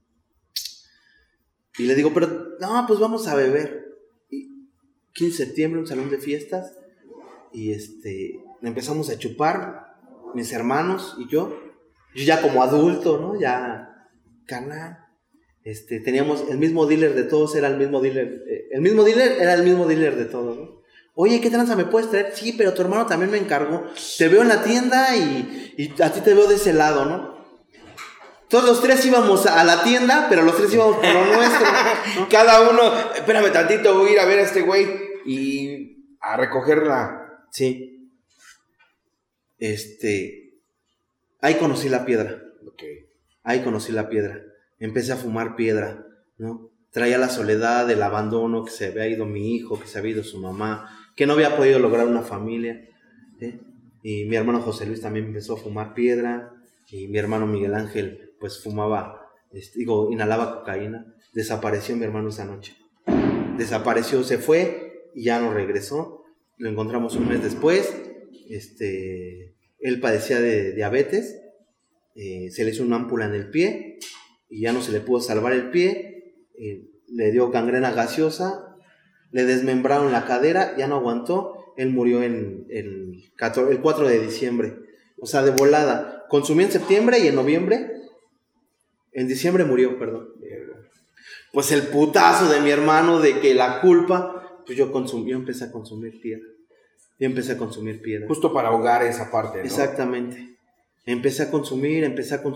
Y le digo, pero, no, pues vamos a beber. Y 15 de septiembre, un salón de fiestas. Y empezamos a chupar. Mis hermanos y yo ya como adulto, ¿no? Ya, carnal, teníamos el mismo dealer de todos, era el mismo dealer era el mismo dealer de todos, ¿no? Oye, ¿qué tranza me puedes traer? Sí, pero tu hermano también me encargó, te veo en la tienda y a ti te veo de ese lado, ¿no? Todos los 3 íbamos a la tienda, pero los 3 íbamos por lo nuestro, ¿no? Cada uno, espérame tantito, voy a ir a ver a este güey y a recogerla. Sí. Ahí conocí la piedra. Okay. Ahí conocí la piedra. Empecé a fumar piedra, ¿no? Traía la soledad, el abandono, que se había ido mi hijo, que se había ido su mamá, que no había podido lograr una familia, ¿eh? Y mi hermano José Luis también empezó a fumar piedra. Y mi hermano Miguel Ángel, pues fumaba, inhalaba cocaína. Desapareció mi hermano esa noche. Desapareció, se fue y ya no regresó. Lo encontramos un mes después. Él padecía de diabetes, se le hizo una ámpula en el pie y ya no se le pudo salvar el pie, le dio gangrena gaseosa, le desmembraron la cadera, ya no aguantó, él murió el 4 de diciembre, o sea, de volada, consumió en septiembre y en diciembre murió, perdón. Pues el putazo de mi hermano de que la culpa, pues yo empecé a consumir piedra. Justo para ahogar esa parte, ¿no? Exactamente. Empecé a consumir,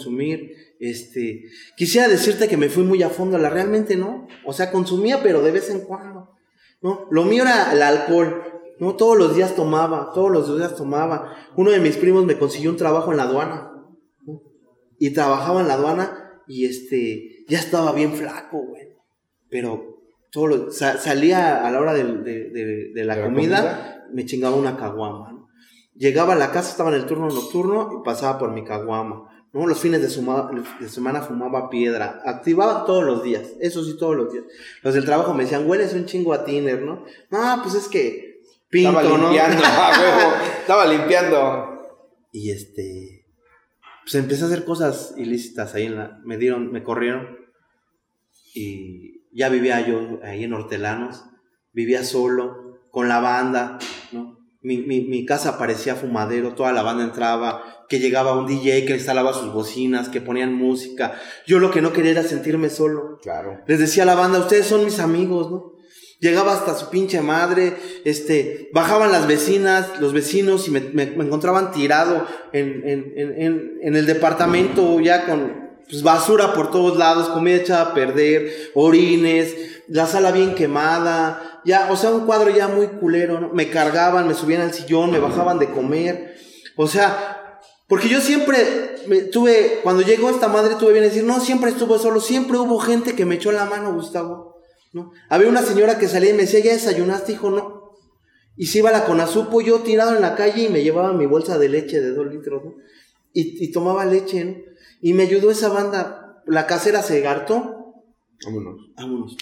quisiera decirte que me fui muy a fondo, realmente no, o sea, consumía, pero de vez en cuando, ¿no? Lo mío era el alcohol, ¿no? Todos los días tomaba, uno de mis primos me consiguió un trabajo en la aduana, ¿no? Y trabajaba en la aduana, y ya estaba bien flaco, güey, pero salía a la hora de la comida, me chingaba una caguama, ¿no? Llegaba a la casa, estaba en el turno nocturno y pasaba por mi caguama, ¿no? Los fines de semana fumaba piedra, activaba todos los días, eso sí, todos los días. Los del trabajo me decían, hueles un chingo a tiner, ¿no? No, pues es que pinto, estaba limpiando, ¿no? Estaba limpiando. Y pues empecé a hacer cosas ilícitas ahí me corrieron y ya vivía yo ahí en Hortelanos, vivía solo, con la banda, ¿no? Mi casa parecía fumadero, toda la banda entraba, que llegaba un DJ que instalaba sus bocinas, que ponían música. Yo lo que no quería era sentirme solo. Claro. Les decía a la banda, ustedes son mis amigos, ¿no? Llegaba hasta su pinche madre, bajaban las vecinas, los vecinos y me encontraban tirado en el departamento ya con pues, basura por todos lados, comida echada a perder, orines, la sala bien quemada, ya, o sea, un cuadro ya muy culero, ¿no? Me cargaban, me subían al sillón, me bajaban de comer, o sea, porque yo siempre cuando llegó esta madre tuve bien decir, no, siempre estuve solo, siempre hubo gente que me echó la mano, Gustavo, ¿no? Había una señora que salía y me decía, ¿ya desayunaste, hijo? No. Y se iba a la Conazupo, yo tirado en la calle y me llevaba mi bolsa de leche de 2 litros, ¿no? Y tomaba leche, ¿no? Y me ayudó esa banda, la casera se hartó. Vámonos.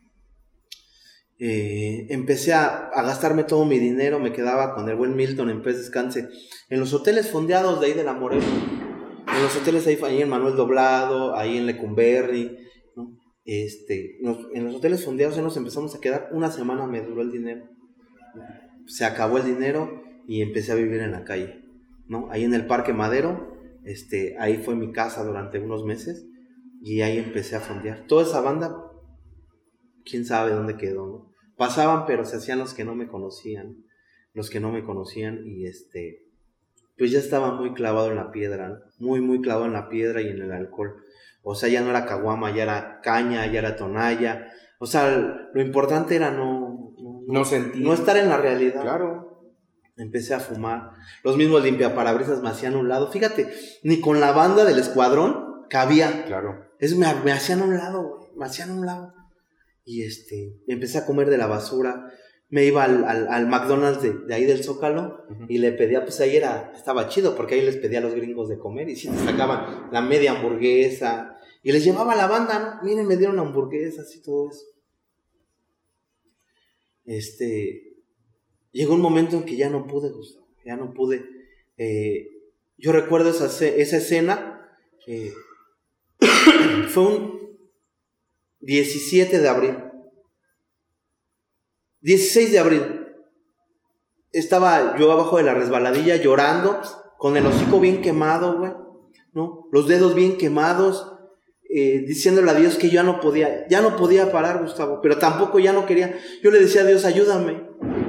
Empecé a gastarme todo mi dinero, me quedaba con el buen Milton en paz descanse, en los hoteles fondeados de ahí de La Morena, en los hoteles ahí en Manuel Doblado, ahí en Lecumberri, ¿no? En los hoteles fondeados nos empezamos a quedar, una semana me duró el dinero, se acabó el dinero y empecé a vivir en la calle, ¿no? Ahí en el Parque Madero, ahí fue mi casa durante unos meses y ahí empecé a fondear. Toda esa banda, quién sabe dónde quedó, ¿no? Pasaban, pero se hacían los que no me conocían y pues ya estaba muy clavado en la piedra, ¿no? Muy clavado en la piedra y en el alcohol. O sea, ya no era caguama, ya era caña, ya era tonalla. O sea, lo importante era no sentir, no estar en la realidad. Claro. Empecé a fumar. Los mismos limpiaparabrisas me hacían a un lado. Fíjate, ni con la banda del escuadrón cabía. Claro. Me hacían a un lado, güey. Me hacían a un lado. Y empecé a comer de la basura. Me iba al McDonald's de ahí del Zócalo, uh-huh, y le pedía, pues ahí estaba chido, porque ahí les pedía a los gringos de comer, y sí te sacaban la media hamburguesa, y les llevaba a la banda, ¿no? Miren, me dieron hamburguesas y todo eso. Llegó un momento en que ya no pude, Gustavo, ya no pude. Yo recuerdo esa escena, fue un 17 de abril. 16 de abril. Estaba yo abajo de la resbaladilla llorando, con el hocico bien quemado, güey, ¿no? Los dedos bien quemados, diciéndole a Dios que yo ya no podía parar, Gustavo, pero tampoco ya no quería. Yo le decía a Dios, ayúdame.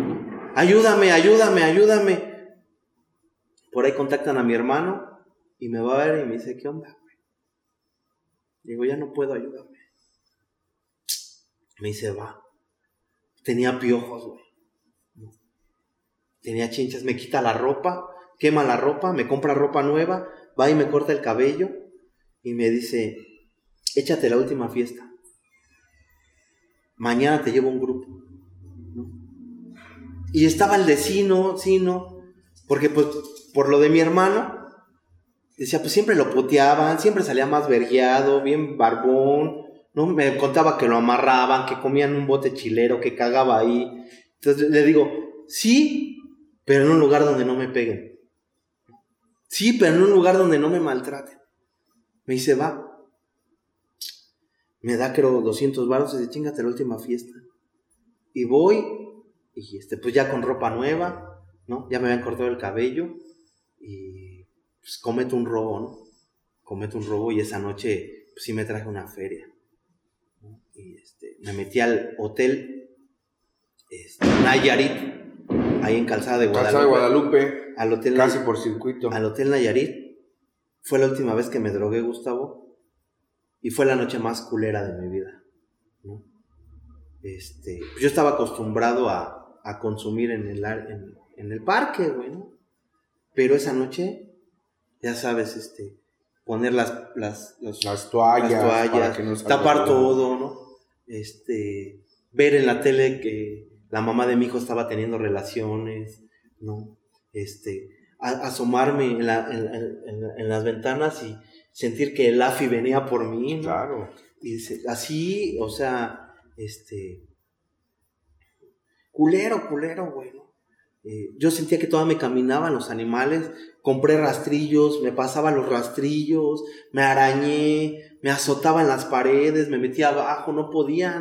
Por ahí contactan a mi hermano y me va a ver y me dice, ¿qué onda, güey? Digo, ya no puedo, ayúdame. Me dice, va. Tenía piojos, güey. Tenía chinchas, me quita la ropa, quema la ropa, me compra ropa nueva, va y me corta el cabello y me dice, échate la última fiesta. Mañana te llevo un grupo, ¿no? Y estaba el de sí, no, porque pues por lo de mi hermano, decía, pues siempre lo puteaban, siempre salía más vergueado, bien barbón, ¿no? Me contaba que lo amarraban, que comían un bote chilero, que cagaba ahí. Entonces le digo, sí, pero en un lugar donde no me peguen. Sí, pero en un lugar donde no me maltraten. Me dice, va. Me da, creo, 200 varos y dice, chíngate la última fiesta. Y voy, y pues ya con ropa nueva, ¿no? Ya me habían cortado el cabello, y pues cometo un robo, ¿no? Cometo un robo, y esa noche, pues sí me traje una feria. Y me metí al hotel Nayarit, ahí en Calzada de Guadalupe. Al hotel, al hotel casi por circuito. Al hotel Nayarit, fue la última vez que me drogué, Gustavo, y fue la noche más culera de mi vida, ¿no? Yo estaba acostumbrado a consumir en el parque, güey, ¿no? Pero esa noche, ya sabes, poner las toallas para que no salga tapar todo, todo, ¿no? Ver en la tele que la mamá de mi hijo estaba teniendo relaciones, ¿no? Asomarme en las ventanas y sentir que el AFI venía por mí, ¿no? Claro. Y así, o sea, culero, güey, ¿no? Yo sentía que todavía me caminaban los animales, compré rastrillos, me pasaba los rastrillos, me arañé, me azotaba en las paredes, me metía abajo, no podía.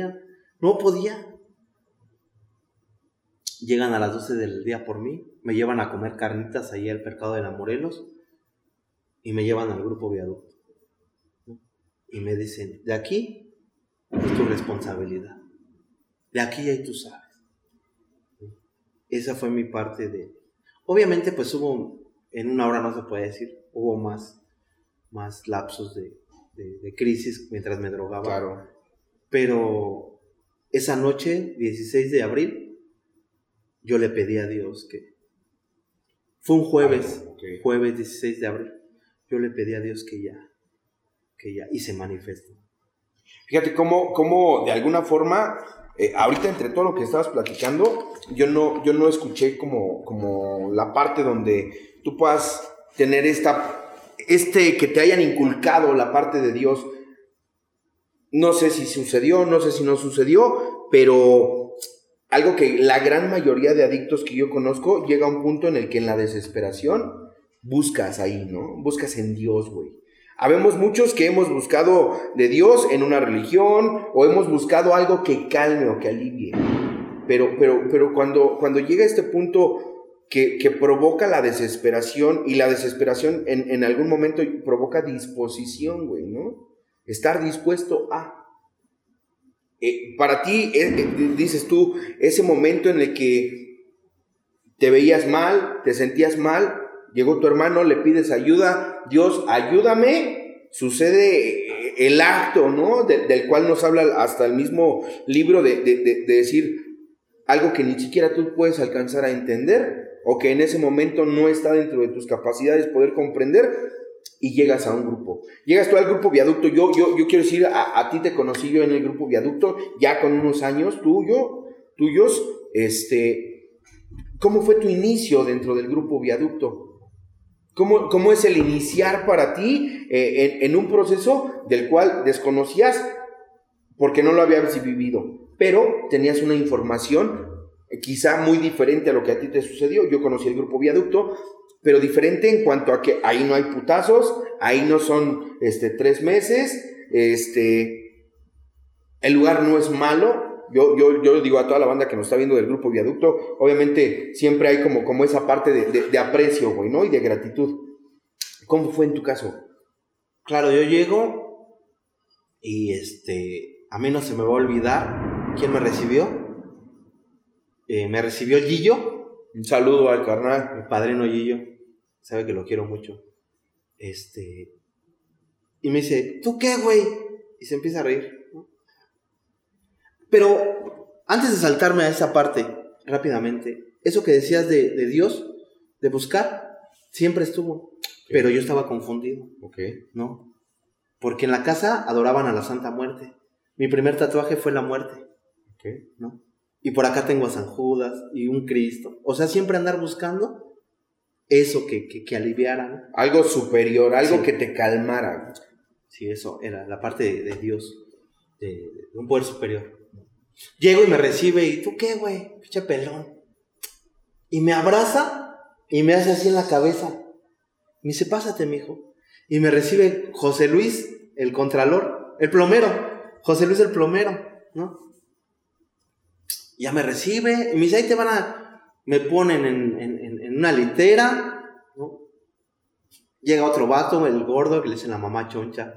Llegan a las 12 del día por mí, me llevan a comer carnitas ahí al mercado de la Morelos y me llevan al grupo Viaducto, ¿no? Y me dicen, de aquí es tu responsabilidad, de aquí ya tú sabes. Esa fue mi parte de... Obviamente pues hubo, en una hora no se puede decir, hubo más lapsos de crisis mientras me drogaba. Claro. Pero esa noche, 16 de abril, yo le pedí a Dios que... Fue un jueves, jueves 16 de abril. Yo le pedí a Dios que ya, y se manifestó. Fíjate cómo de alguna forma, ahorita entre todo lo que estabas platicando, yo no escuché como la parte donde tú puedas tener que te hayan inculcado la parte de Dios. No sé si sucedió, no sé si no sucedió, pero algo que la gran mayoría de adictos que yo conozco llega a un punto en el que en la desesperación buscas ahí, ¿no? Buscas en Dios, güey. Habemos muchos que hemos buscado de Dios en una religión o hemos buscado algo que calme o que alivie. Pero cuando llega a este punto que provoca la desesperación, y la desesperación en algún momento provoca disposición, güey, ¿no? Estar dispuesto a... para ti, dices tú, ese momento en el que te veías mal, te sentías mal, llegó tu hermano, le pides ayuda, Dios, ayúdame, sucede el acto, ¿no? Del cual nos habla hasta el mismo libro de decir algo que ni siquiera tú puedes alcanzar a entender, o que en ese momento no está dentro de tus capacidades poder comprender, y llegas a un grupo. Llegas tú al grupo Viaducto. Yo quiero decir, a ti te conocí yo en el grupo Viaducto, ya con unos años tuyos. ¿Cómo fue tu inicio dentro del grupo Viaducto? ¿Cómo es el iniciar para ti en un proceso del cual desconocías porque no lo habías vivido, pero tenías una información quizá muy diferente a lo que a ti te sucedió? Yo conocí el grupo Viaducto, pero diferente en cuanto a que ahí no hay putazos, ahí no son 3 meses, el lugar no es malo. Yo digo a toda la banda que nos está viendo del grupo Viaducto, obviamente siempre hay como esa parte de aprecio, güey, ¿no? Y de gratitud. ¿Cómo fue en tu caso? Claro, yo llego y a mí no se me va a olvidar quién me recibió. Me recibió Gillo. Un saludo al carnal. Mi padrino Gillo, sabe que lo quiero mucho. Y me dice, ¿tú qué, güey? Y se empieza a reír, ¿no? Pero antes de saltarme a esa parte, rápidamente, eso que decías de Dios, de buscar, siempre estuvo. Pero yo estaba confundido, ¿no? Porque en la casa adoraban a la Santa Muerte. Mi primer tatuaje fue la muerte, ¿no? Y por acá tengo a San Judas y un Cristo. O sea, siempre andar buscando eso que aliviara, ¿no? Algo superior, algo que te calmara. Sí, eso era la parte de Dios, de un poder superior. Llego y me recibe, ¿y tú qué, güey? Pinche pelón. Y me abraza y me hace así en la cabeza. Me dice, pásate, mijo. Y me recibe José Luis, el contralor, el plomero. José Luis el plomero, ¿no? Ya me recibe y me dice, ahí te me ponen en una litera, ¿no? Llega otro vato, el gordo, que le dicen la mamá choncha.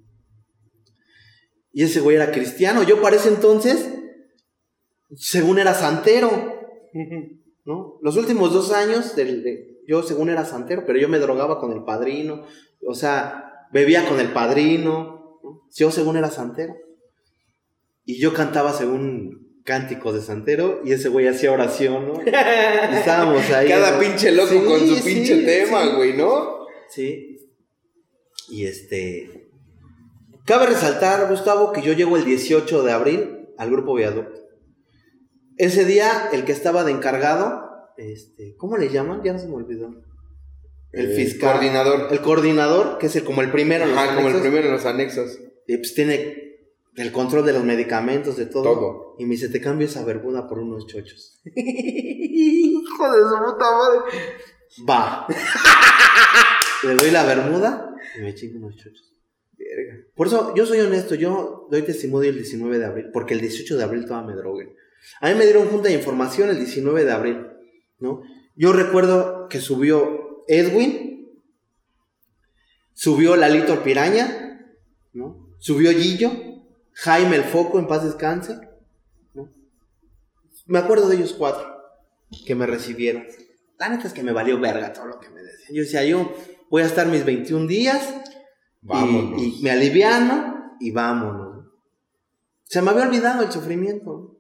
Y ese güey era cristiano. Yo para ese entonces, según era santero, ¿no? Los últimos 2 años de Yo según era santero, pero yo me drogaba con el padrino. O sea, bebía con el padrino, ¿no? Yo según era santero. Y yo cantaba según cánticos de santero y ese güey hacía oración, ¿no? Y estábamos ahí. Cada pinche loco con su pinche tema, güey, ¿no? Sí. Y cabe resaltar, Gustavo, que yo llego el 18 de abril al Grupo Viaducto. Ese día, el que estaba de encargado, ¿cómo le llaman? Ya no se me olvidó. El fiscal. Coordinador. El coordinador, que es como el primero en los anexos. Como el primero en los anexos. Y pues tiene el control de los medicamentos, de todo. Todo. Y me dice, te cambio esa bermuda por unos chochos. Hijo de su puta madre. Va. Le doy la bermuda y me chingo unos chochos. Verga. Por eso, yo soy honesto, yo doy testimonio el 19 de abril, porque el 18 de abril todavía me drogué. A mí me dieron junta de información el 19 de abril, ¿no? Yo recuerdo que subió Edwin, subió Lalito Piraña, ¿no? Subió Gillo, Jaime el Foco, en paz descanse, ¿no? Me acuerdo de ellos 4 que me recibieron. La neta es que me valió verga todo lo que me decían. Yo decía, yo voy a estar mis 21 días y me aliviano y vámonos. Se me había olvidado el sufrimiento, ¿no?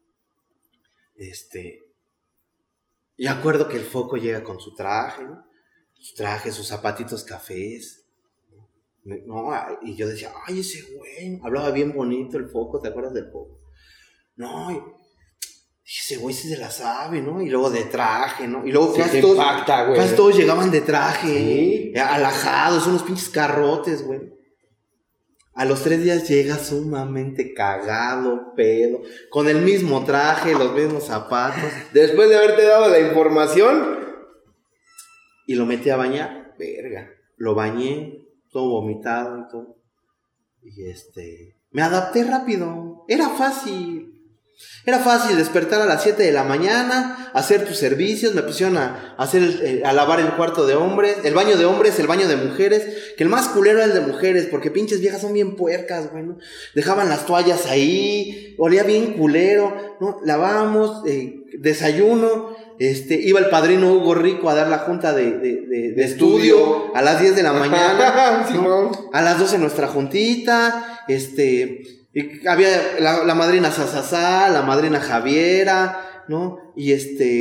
Y acuerdo que el Foco llega con su traje, ¿no? Su traje, sus zapatitos cafés, ¿no? Y yo decía, ay, ese güey, hablaba bien bonito el Foco, ¿te acuerdas del Foco? No, y ese güey sí se la sabe, ¿no? Y luego de traje, ¿no? Y luego casi todos llegaban de traje, ¿sí? Alajados, unos pinches carrotes, güey. A los 3 días llega sumamente cagado, pedo, con el mismo traje, los mismos zapatos. Después de haberte dado la información. Y lo metí a bañar, verga. Lo bañé, todo vomitado y todo. Y me adapté rápido. Era fácil despertar a las 7 de la mañana, hacer tus servicios. Me pusieron a lavar el cuarto de hombres, el baño de hombres, el baño de mujeres, que el más culero era el de mujeres, porque pinches viejas son bien puercas, güey, ¿no? Dejaban las toallas ahí, olía bien culero, ¿no? Lavábamos, desayuno, iba el padrino Hugo Rico a dar la junta de estudio a las 10 de la mañana, ¿no? A las 12 nuestra juntita, y había la madrina Sasasá, la madrina Javiera, ¿no? Y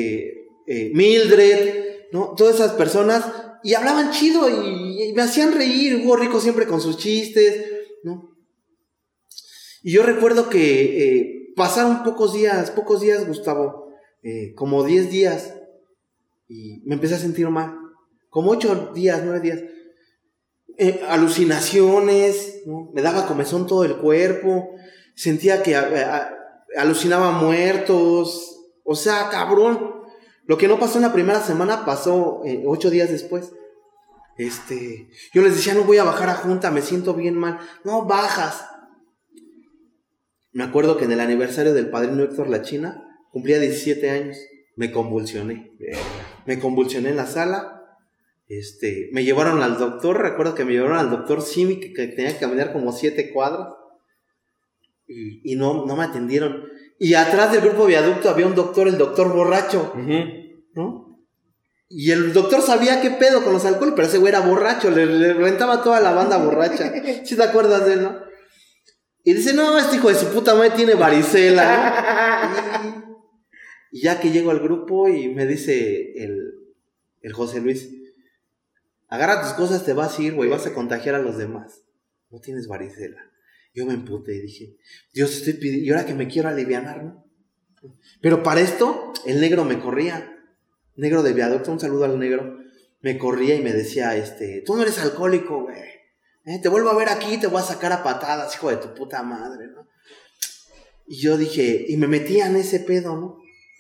Mildred, ¿no? Todas esas personas, y hablaban chido y me hacían reír. Hugo Rico siempre con sus chistes, ¿no? Y yo recuerdo que pasaron pocos días, Gustavo, como 10 días, y me empecé a sentir mal, como 8 días, 9 días. Alucinaciones, ¿no? Me daba comezón todo el cuerpo, sentía que alucinaba muertos, o sea, cabrón. Lo que no pasó en la primera semana pasó 8 días después. Yo les decía, no voy a bajar a junta, me siento bien mal. No, bajas. Me acuerdo que en el aniversario del padrino Héctor La China, cumplía 17 años, me convulsioné en la sala. Me llevaron al doctor, recuerdo que me llevaron al doctor Simi, que tenía que caminar como 7 cuadras, y no me atendieron. Y atrás del Grupo Viaducto había un doctor, el doctor borracho, ¿no? Y el doctor sabía qué pedo con los alcoholes, pero ese güey era borracho, le reventaba toda la banda borracha. ¿Sí te acuerdas de él, no? Y dice, no, este hijo de su puta madre tiene varicela, ¿no? Y ya que llego al grupo y me dice el José Luis, agarra tus cosas, te vas a ir, güey, vas a contagiar a los demás. No tienes varicela. Yo me emputé y dije, Dios, estoy pidiendo, y ahora que me quiero alivianar, ¿no? Pero para esto, el negro me corría. Negro de Viaducto, un saludo al negro. Me corría y me decía, tú no eres alcohólico, güey. Te vuelvo a ver aquí, te voy a sacar a patadas, hijo de tu puta madre, ¿no? Y yo dije, y me metía en ese pedo, ¿no?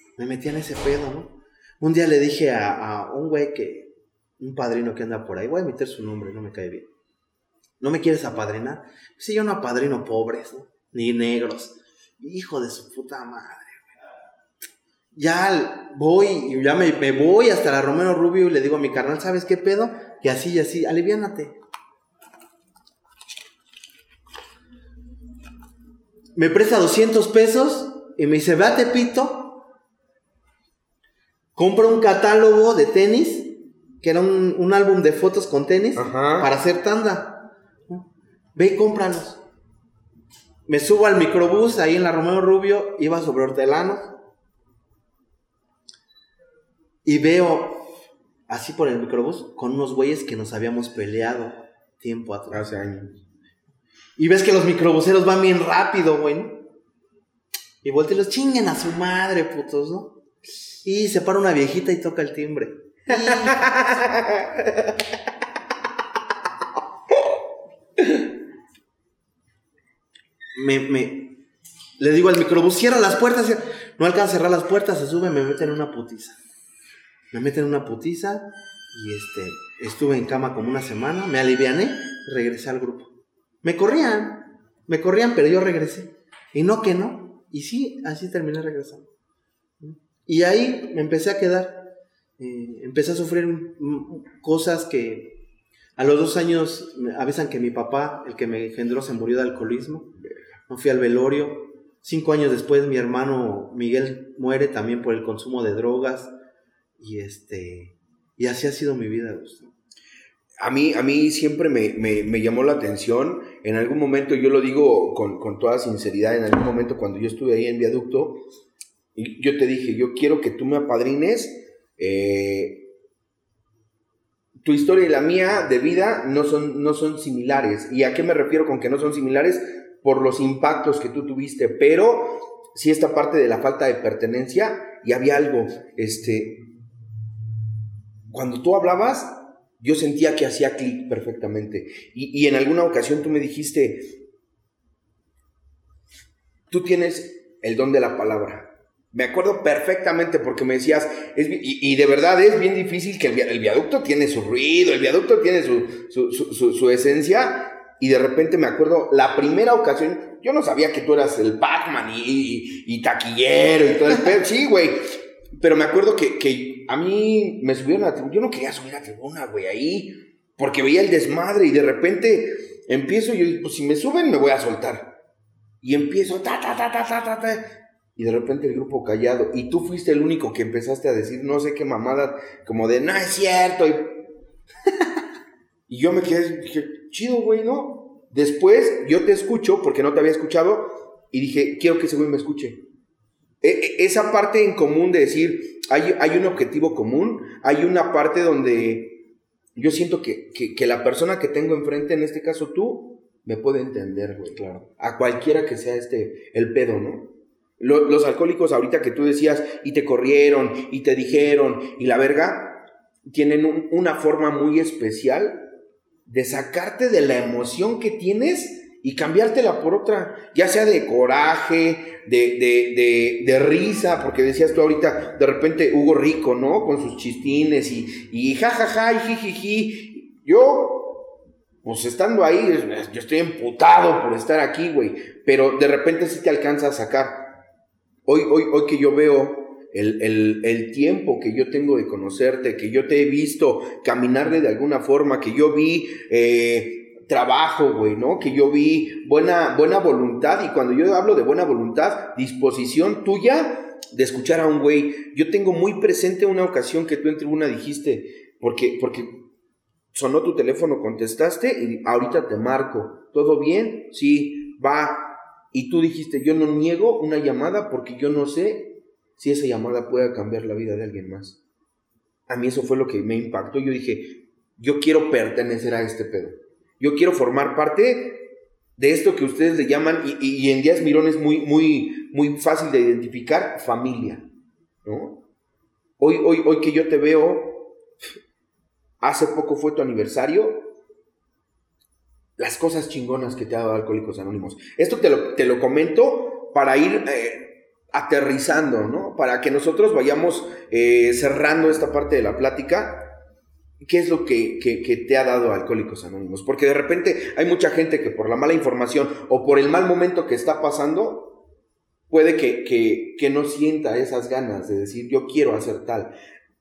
Un día le dije a un güey un padrino que anda por ahí, voy a meter su nombre, no me cae bien. ¿No me quieres apadrinar? Sí, yo no apadrino pobres, ¿no? Ni negros. Hijo de su puta madre, güey. Ya voy, ya me voy hasta la Romero Rubio y le digo a mi carnal, ¿sabes qué pedo? Que así y así, aliviánate. Me presta 200 pesos y me dice, ve a Tepito, compra un catálogo de tenis que era un álbum de fotos con tenis. Ajá. Para hacer tanda. Ve y cómpralos. Me subo al microbús ahí en la Romero Rubio, iba sobre Hortelanos. Y veo así por el microbús con unos güeyes que nos habíamos peleado tiempo atrás. Hace años. Y ves que los microbuseros van bien rápido, güey, ¿no? Y voltean y los chinguen a su madre, putos, ¿no? Y se para una viejita y toca el timbre. Le digo al microbús, cierra las puertas. No alcanza a cerrar las puertas, se sube, me meten en una putiza. Y estuve en cama como una semana, me aliviané, regresé al grupo. Me corrían, pero yo regresé. Y no. Y sí, así terminé regresando. Y ahí me empecé a quedar. Empecé a sufrir cosas que a los 2 años me avisan que mi papá, el que me engendró, se murió de alcoholismo. No fui al velorio. 5 años después mi hermano Miguel muere también por el consumo de drogas. Y así ha sido mi vida, Gustavo. A mí siempre me llamó la atención. En algún momento, yo lo digo con toda sinceridad, en algún momento cuando yo estuve ahí en Viaducto, yo te dije, yo quiero que tú me apadrines. Tu historia y la mía de vida no son similares. ¿Y a qué me refiero con que no son similares? Por los impactos que tú tuviste, pero sí esta parte de la falta de pertenencia. Y había algo, cuando tú hablabas, yo sentía que hacía clic perfectamente. Y en alguna ocasión tú me dijiste, tú tienes el don de la palabra. Me acuerdo perfectamente porque me decías, y de verdad es bien difícil que el Viaducto tiene su ruido, el Viaducto tiene su esencia. Y de repente me acuerdo, la primera ocasión, yo no sabía que tú eras el Pac-Man y taquillero y todo el pedo. Sí, güey. Pero me acuerdo que a mí me subieron a la tribuna. Yo no quería subir a la tribuna, güey, ahí. Porque veía el desmadre y de repente empiezo y yo digo, pues si me suben me voy a soltar. Y empiezo, y de repente el grupo callado. Y tú fuiste el único que empezaste a decir no sé qué mamada, como de, no es cierto. Y yo me quedé, dije, chido, güey, ¿no? Después yo te escucho, porque no te había escuchado, y dije, quiero que ese güey me escuche. Esa parte en común de decir, hay un objetivo común, hay una parte donde yo siento que la persona que tengo enfrente, en este caso tú, me puede entender, güey. Claro. A cualquiera que sea el pedo, ¿no? Los alcohólicos ahorita que tú decías, y te corrieron, y te dijeron, y la verga, tienen una forma muy especial de sacarte de la emoción que tienes y cambiártela por otra, ya sea de coraje, de risa, porque decías tú ahorita, de repente Hugo Rico, ¿no? Con sus chistines y jajaja, y jijiji. Yo, pues estando ahí, yo estoy emputado por estar aquí, güey, pero de repente sí te alcanza a sacar. Hoy que yo veo el tiempo que yo tengo de conocerte, que yo te he visto caminarle de alguna forma, que yo vi trabajo, güey, ¿no? Que yo vi buena voluntad, y cuando yo hablo de buena voluntad, disposición tuya de escuchar a un güey. Yo tengo muy presente una ocasión que tú en tribuna dijiste, porque sonó tu teléfono, contestaste y ahorita te marco. ¿Todo bien? Sí, va. Y tú dijiste, yo no niego una llamada porque yo no sé si esa llamada pueda cambiar la vida de alguien más. A mí eso fue lo que me impactó. Yo dije, yo quiero pertenecer a este pedo. Yo quiero formar parte de esto que ustedes le llaman, y en Díaz Mirón es muy, muy, muy fácil de identificar, familia, ¿no? Hoy que yo te veo, hace poco fue tu aniversario, las cosas chingonas que te ha dado Alcohólicos Anónimos. Esto te lo comento para ir aterrizando, ¿no? Para que nosotros vayamos cerrando esta parte de la plática. ¿Qué es lo que te ha dado Alcohólicos Anónimos? Porque de repente hay mucha gente que por la mala información o por el mal momento que está pasando, puede que no sienta esas ganas de decir, yo quiero hacer tal.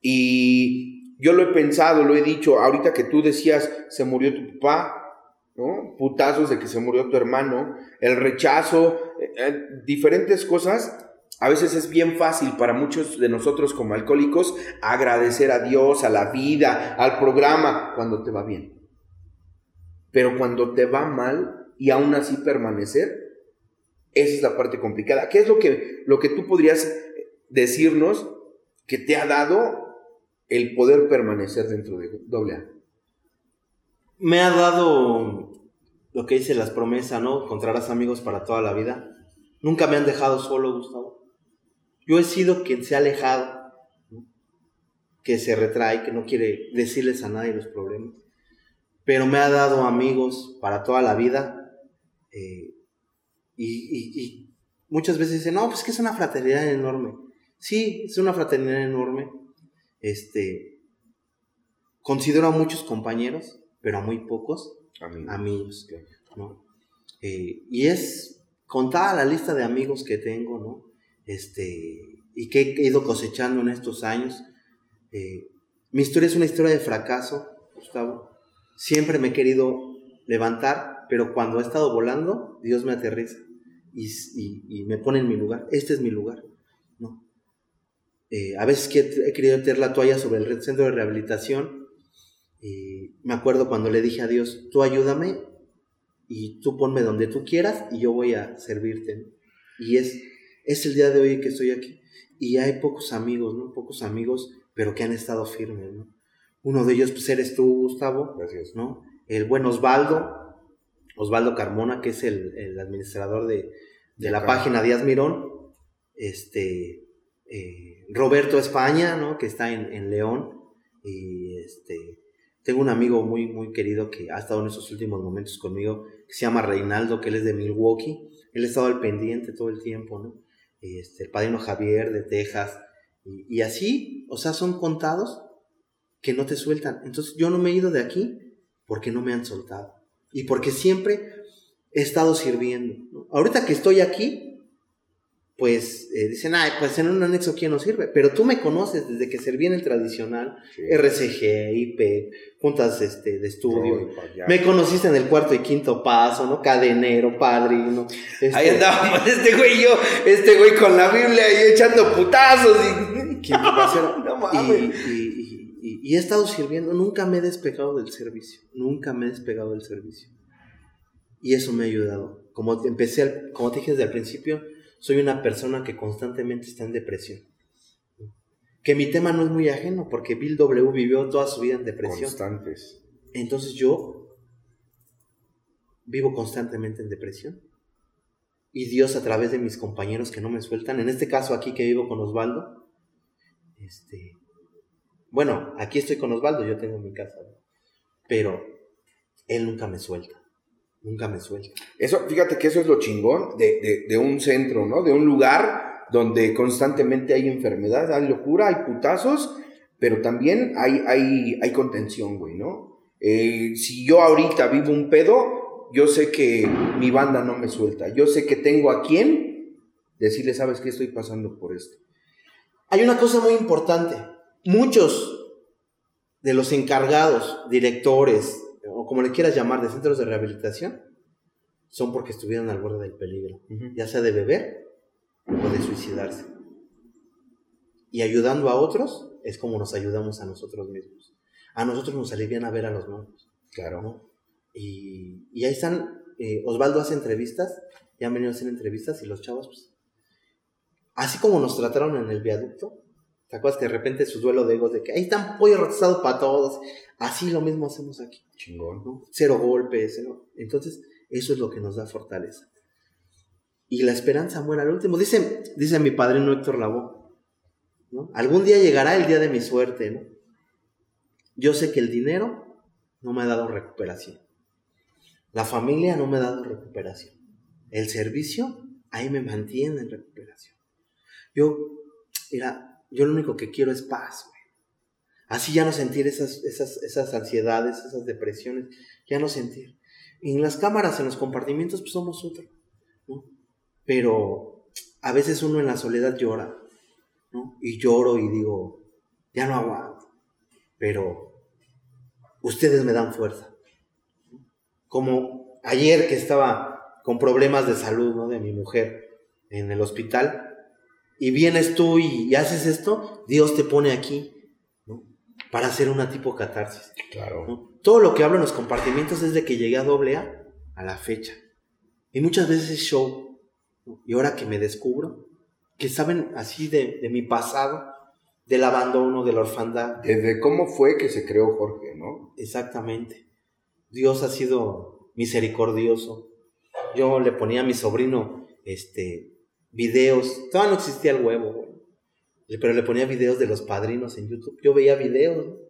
Y yo lo he pensado, lo he dicho, ahorita que tú decías, se murió tu papá, ¿no? Putazos de que se murió tu hermano, el rechazo, diferentes cosas. A veces es bien fácil para muchos de nosotros como alcohólicos agradecer a Dios, a la vida, al programa, cuando te va bien. Pero cuando te va mal y aún así permanecer, esa es la parte complicada. ¿Qué es lo que tú podrías decirnos que te ha dado el poder permanecer dentro de AA? Me ha dado lo que dice las promesas, ¿no? Encontrarás amigos para toda la vida. Nunca me han dejado solo, Gustavo. Yo he sido quien se ha alejado, ¿no? Que se retrae, que no quiere decirles a nadie los problemas. Pero me ha dado amigos para toda la vida. Y muchas veces dicen, no, pues que es una fraternidad enorme. Sí, es una fraternidad enorme. Considero a muchos compañeros, pero a muy pocos amigos, ¿no? Y es contada la lista de amigos que tengo, ¿no? Y que he ido cosechando en estos años. Mi historia es una historia de fracaso, Gustavo. Siempre me he querido levantar, pero cuando he estado volando, Dios me aterriza y me pone en mi lugar. Este es mi lugar, ¿no? A veces he querido tirar la toalla sobre el centro de rehabilitación. Me acuerdo cuando le dije a Dios, tú ayúdame y tú ponme donde tú quieras y yo voy a servirte, ¿no? Y es el día de hoy que estoy aquí. Y hay pocos amigos, ¿no? Pocos amigos, pero que han estado firmes, ¿no? Uno de ellos, pues, eres tú, Gustavo. Gracias. ¿No? El buen Osvaldo Carmona, que es el administrador de la página Díaz Mirón. Roberto España, ¿no? Que está en León. Y tengo un amigo muy, muy querido que ha estado en esos últimos momentos conmigo, que se llama Reinaldo, que él es de Milwaukee. Él ha estado al pendiente todo el tiempo, ¿no? El padrino Javier de Texas. Y así, o sea, son contados que no te sueltan. Entonces yo no me he ido de aquí porque no me han soltado. Y porque siempre he estado sirviendo, ¿no? Ahorita que estoy aquí, pues dicen, ay, pues en un anexo ¿quién nos sirve? Pero tú me conoces desde que serví en el tradicional, sí. RCG, IP, juntas de estudio. Me conociste en el cuarto y quinto paso, ¿no? Cadenero, padrino. Ahí andábamos este güey con la Biblia y echando putazos. Quinto pasero. No mames. Y he estado sirviendo, nunca me he despegado del servicio. Y eso me ha ayudado. Como te dije desde el principio, soy una persona que constantemente está en depresión. Que mi tema no es muy ajeno, porque Bill W. vivió toda su vida en depresión. Constantes. Entonces yo vivo constantemente en depresión. Y Dios, a través de mis compañeros que no me sueltan, en este caso aquí que vivo con Osvaldo, bueno, aquí estoy con Osvaldo, yo tengo mi casa, ¿no? Pero él nunca me suelta. Eso, fíjate que eso es lo chingón de un centro, ¿no? De un lugar donde constantemente hay enfermedad, hay locura, hay putazos, pero también hay contención, güey, ¿no? Si yo ahorita vivo un pedo, yo sé que mi banda no me suelta. Yo sé que tengo a quien decirle, ¿sabes qué? Estoy pasando por esto. Hay una cosa muy importante. Muchos de los encargados, directores, o como le quieras llamar, de centros de rehabilitación, son porque estuvieron al borde del peligro, ya sea de beber o de suicidarse. Y ayudando a otros es como nos ayudamos a nosotros mismos. A nosotros nos alivian a ver a los nuevos. Claro. ¿No? Y ahí están. Osvaldo hace entrevistas, ya han venido a hacer entrevistas, y los chavos, pues, así como nos trataron en el viaducto, ¿te acuerdas que de repente su duelo de egos de que ahí están pollo rostizado para todos? Así lo mismo hacemos aquí. Chingón, ¿no? Cero golpes, cero. Entonces, eso es lo que nos da fortaleza. Y la esperanza muere al último. Dice mi padrino Héctor Lavoe, ¿no? Algún día llegará el día de mi suerte, ¿no? Yo sé que el dinero no me ha dado recuperación. La familia no me ha dado recuperación. El servicio, ahí me mantiene en recuperación. Yo lo único que quiero es paz, güey. Así ya no sentir esas ansiedades, esas depresiones, ya no sentir. Y en las cámaras, en los compartimientos, pues somos otro, ¿no? Pero a veces uno en la soledad llora, ¿no? Y lloro y digo, ya no aguanto. Pero ustedes me dan fuerza. Como ayer que estaba con problemas de salud, ¿no? De mi mujer en el hospital, y vienes tú y haces esto, Dios te pone aquí, ¿no? Para hacer una tipo catarsis. Claro. ¿No? Todo lo que hablo en los compartimientos es de que llegué a AA la fecha. Y muchas veces es show, ¿no? Y ahora que me descubro, que saben así de mi pasado, del abandono, de la orfandad. Desde cómo fue que se creó Jorge, ¿no? Exactamente. Dios ha sido misericordioso. Yo le ponía a mi sobrino videos. Todavía no existía el huevo, güey. Pero le ponía videos de los padrinos en YouTube. Yo veía videos, ¿no?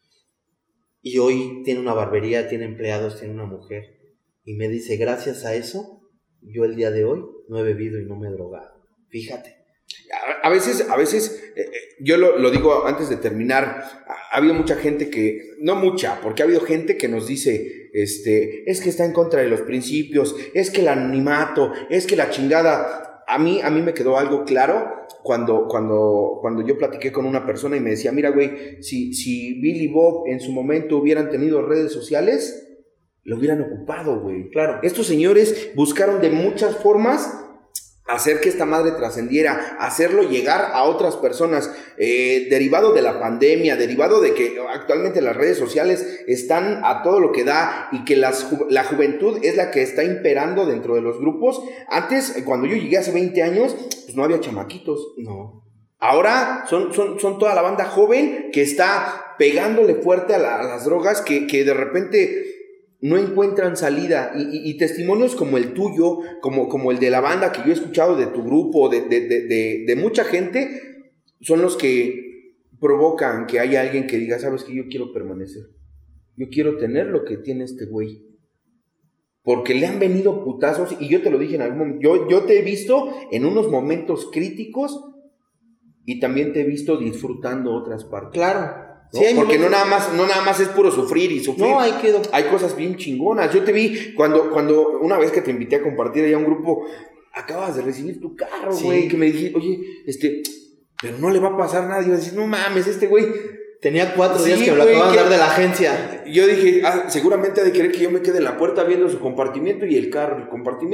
Y hoy tiene una barbería, tiene empleados, tiene una mujer. Y me dice, gracias a eso, yo el día de hoy no he bebido y no me he drogado. Fíjate. A veces, yo lo digo antes de terminar, ha habido mucha gente que, no mucha, porque ha habido gente que nos dice, es que está en contra de los principios, es que el anonimato, es que la chingada. A mí me quedó algo claro cuando yo platiqué con una persona y me decía, mira, güey, si Bill y Bob en su momento hubieran tenido redes sociales, lo hubieran ocupado, güey. Claro. Estos señores buscaron de muchas formas hacer que esta madre trascendiera, hacerlo llegar a otras personas, derivado de la pandemia, derivado de que actualmente las redes sociales están a todo lo que da y que la juventud es la que está imperando dentro de los grupos. Antes, cuando yo llegué hace 20 años, pues no había chamaquitos. No. Ahora son toda la banda joven que está pegándole fuerte a las drogas, que de repente no encuentran salida, y testimonios como el tuyo, como el de la banda que yo he escuchado, de tu grupo, de mucha gente, son los que provocan que haya alguien que diga, sabes que yo quiero permanecer, yo quiero tener lo que tiene este güey, porque le han venido putazos, y yo te lo dije en algún momento, yo te he visto en unos momentos críticos, y también te he visto disfrutando otras partes. Claro. ¿No? Sí, porque no nada más es puro sufrir y sufrir. No, hay cosas bien chingonas. Yo te vi cuando una vez que te invité a compartir allá un grupo, acabas de recibir tu carro, güey, sí. Que me dijiste, oye, pero no le va a pasar nada. Y yo decía, no mames, este güey tenía 4 días que me lo acaban de dar de la agencia. Yo dije, seguramente ha de querer que yo me quede en la puerta viendo su compartimiento y el carro,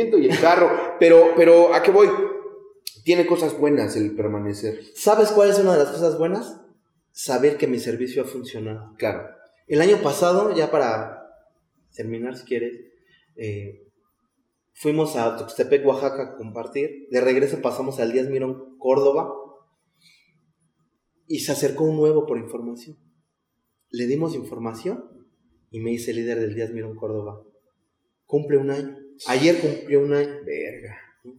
pero ¿a qué voy? Tiene cosas buenas el permanecer. ¿Sabes cuál es una de las cosas buenas? Saber que mi servicio ha funcionado. Claro. El año pasado, ya para terminar si quieres, fuimos a Tuxtepec, Oaxaca a compartir. De regreso pasamos al Díaz Mirón, Córdoba, y se acercó un nuevo por información. Le dimos información y me hice líder del Díaz Mirón, Córdoba. Cumple 1 año. Ayer cumplió 1 año. Verga.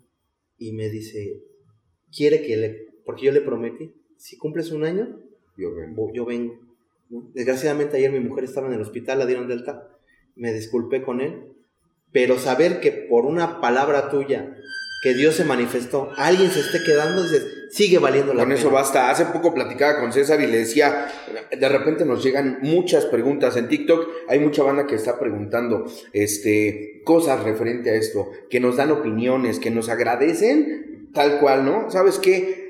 Y me dice, porque yo le prometí, si cumples 1 año, yo vengo. ¿No? Desgraciadamente ayer mi mujer estaba en el hospital, la dieron de alta, me disculpé con él, pero saber que por una palabra tuya que Dios se manifestó, alguien se esté quedando, dices, sigue valiendo la pena. Con eso basta. Hace poco platicaba con César y le decía, de repente nos llegan muchas preguntas en TikTok, hay mucha banda que está preguntando cosas referente a esto, que nos dan opiniones, que nos agradecen tal cual, ¿no? ¿Sabes qué?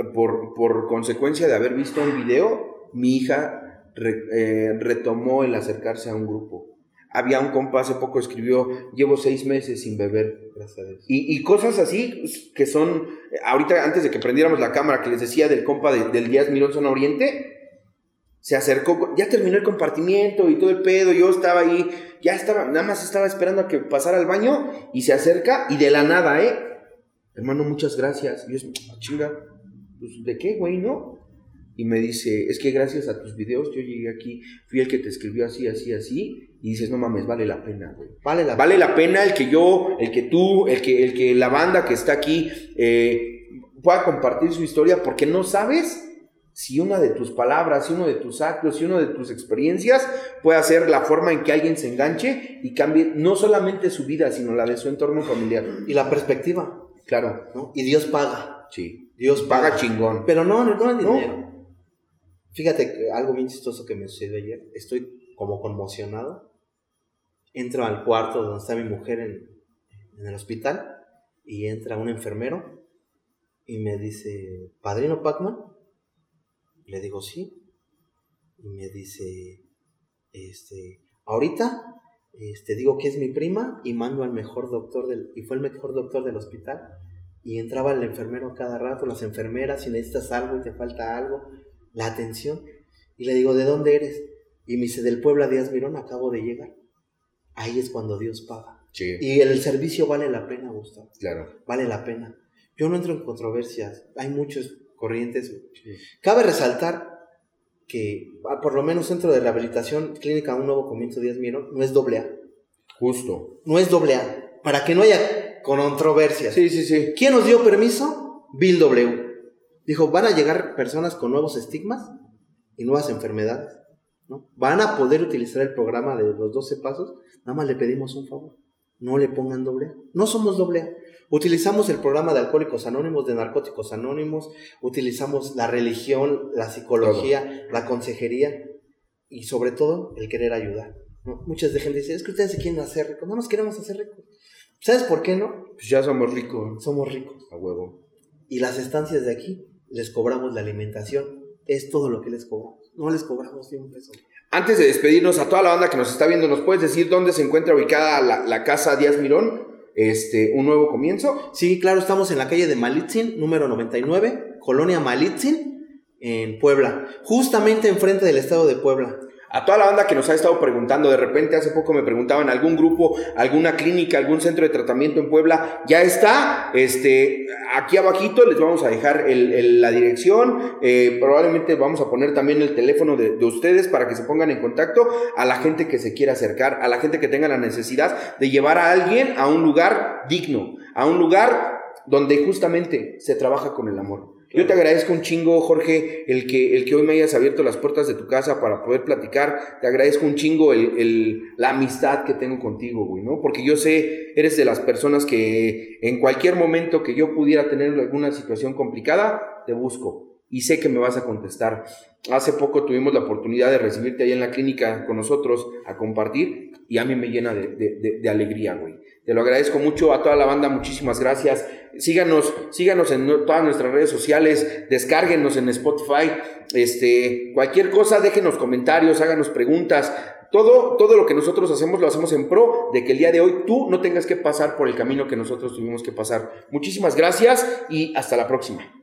Por consecuencia de haber visto un video, mi hija retomó el acercarse a un grupo. Había un compa hace poco escribió, llevo 6 meses sin beber, gracias a Dios. Y cosas así que son, ahorita antes de que prendiéramos la cámara, que les decía del compa del Díaz Mirón Zona Oriente, se acercó, ya terminó el compartimiento y todo el pedo, yo estaba ahí, nada más estaba esperando a que pasara al baño, y se acerca, y de la nada, hermano, muchas gracias. Y yo, chinga, pues, ¿de qué, güey, no? Y me dice, es que gracias a tus videos yo llegué aquí, fui el que te escribió así, así, así, y dices, no mames, vale la pena, güey. Vale la pena el que yo, el que tú, el que la banda que está aquí pueda compartir su historia, porque no sabes si una de tus palabras, si uno de tus actos, si una de tus experiencias puede ser la forma en que alguien se enganche y cambie no solamente su vida, sino la de su entorno familiar. Y la perspectiva. Claro. ¿No? Y Dios paga. Sí. Dios paga chingón. Pero no el dinero. ¿No? Fíjate que algo bien chistoso que me sucedió ayer. Estoy como conmocionado. Entro al cuarto donde está mi mujer en el hospital y entra un enfermero y me dice, ¿Padrino Pacman? Le digo, sí. Y me dice, ahorita digo que es mi prima y mando al mejor doctor y fue el mejor doctor del hospital Y entraba el enfermero cada rato, las enfermeras, si necesitas algo y te falta algo, la atención. Y le digo, ¿de dónde eres? Y me dice, del Puebla Díaz Mirón, acabo de llegar. Ahí es cuando Dios paga. Sí. Y el servicio vale la pena, Gustavo. Claro. Vale la pena. Yo no entro en controversias, hay muchos corrientes. Sí. Cabe resaltar que, por lo menos Centro de Rehabilitación Clínica Un Nuevo Comienzo Díaz Mirón, no es AA. Justo. No es AA. Para que no haya controversias. Sí, sí, sí. ¿Quién nos dio permiso? Bill W. Dijo, van a llegar personas con nuevos estigmas y nuevas enfermedades, ¿no? Van a poder utilizar el programa de los 12 pasos. Nada más le pedimos un favor. No le pongan AA. No somos AA. Utilizamos el programa de Alcohólicos Anónimos, de Narcóticos Anónimos. Utilizamos la religión, la psicología, la consejería y sobre todo el querer ayudar, ¿no? Muchas de gente dice, es que ustedes se quieren hacer ricos. No nos queremos hacer ricos. ¿Sabes por qué no? Pues ya somos ricos. Somos ricos. A huevo. Y las estancias de aquí, les cobramos la alimentación. Es todo lo que les cobramos. No les cobramos ni un peso. Antes de despedirnos, a toda la banda que nos está viendo, ¿nos puedes decir dónde se encuentra ubicada la Casa Díaz Mirón? Un Nuevo Comienzo. Sí, claro, estamos en la calle de Malitzin, número 99, Colonia Malitzin, en Puebla. Justamente enfrente del estado de Puebla. A toda la banda que nos ha estado preguntando, de repente hace poco me preguntaban, ¿algún grupo, alguna clínica, algún centro de tratamiento en Puebla? Ya está, aquí abajito les vamos a dejar la dirección, probablemente vamos a poner también el teléfono de ustedes para que se pongan en contacto a la gente que se quiera acercar, a la gente que tenga la necesidad de llevar a alguien a un lugar digno, a un lugar donde justamente se trabaja con el amor. Yo te agradezco un chingo, Jorge, el que hoy me hayas abierto las puertas de tu casa para poder platicar. Te agradezco un chingo la amistad que tengo contigo, güey, ¿no? Porque yo sé, eres de las personas que en cualquier momento que yo pudiera tener alguna situación complicada, te busco. Y sé que me vas a contestar. Hace poco tuvimos la oportunidad de recibirte ahí en la clínica con nosotros a compartir y a mí me llena de alegría, güey. Te lo agradezco mucho a toda la banda, muchísimas gracias. Síganos en todas nuestras redes sociales, descárguenos en Spotify, cualquier cosa, déjenos comentarios, háganos preguntas. Todo lo que nosotros hacemos, lo hacemos en pro de que el día de hoy tú no tengas que pasar por el camino que nosotros tuvimos que pasar. Muchísimas gracias y hasta la próxima.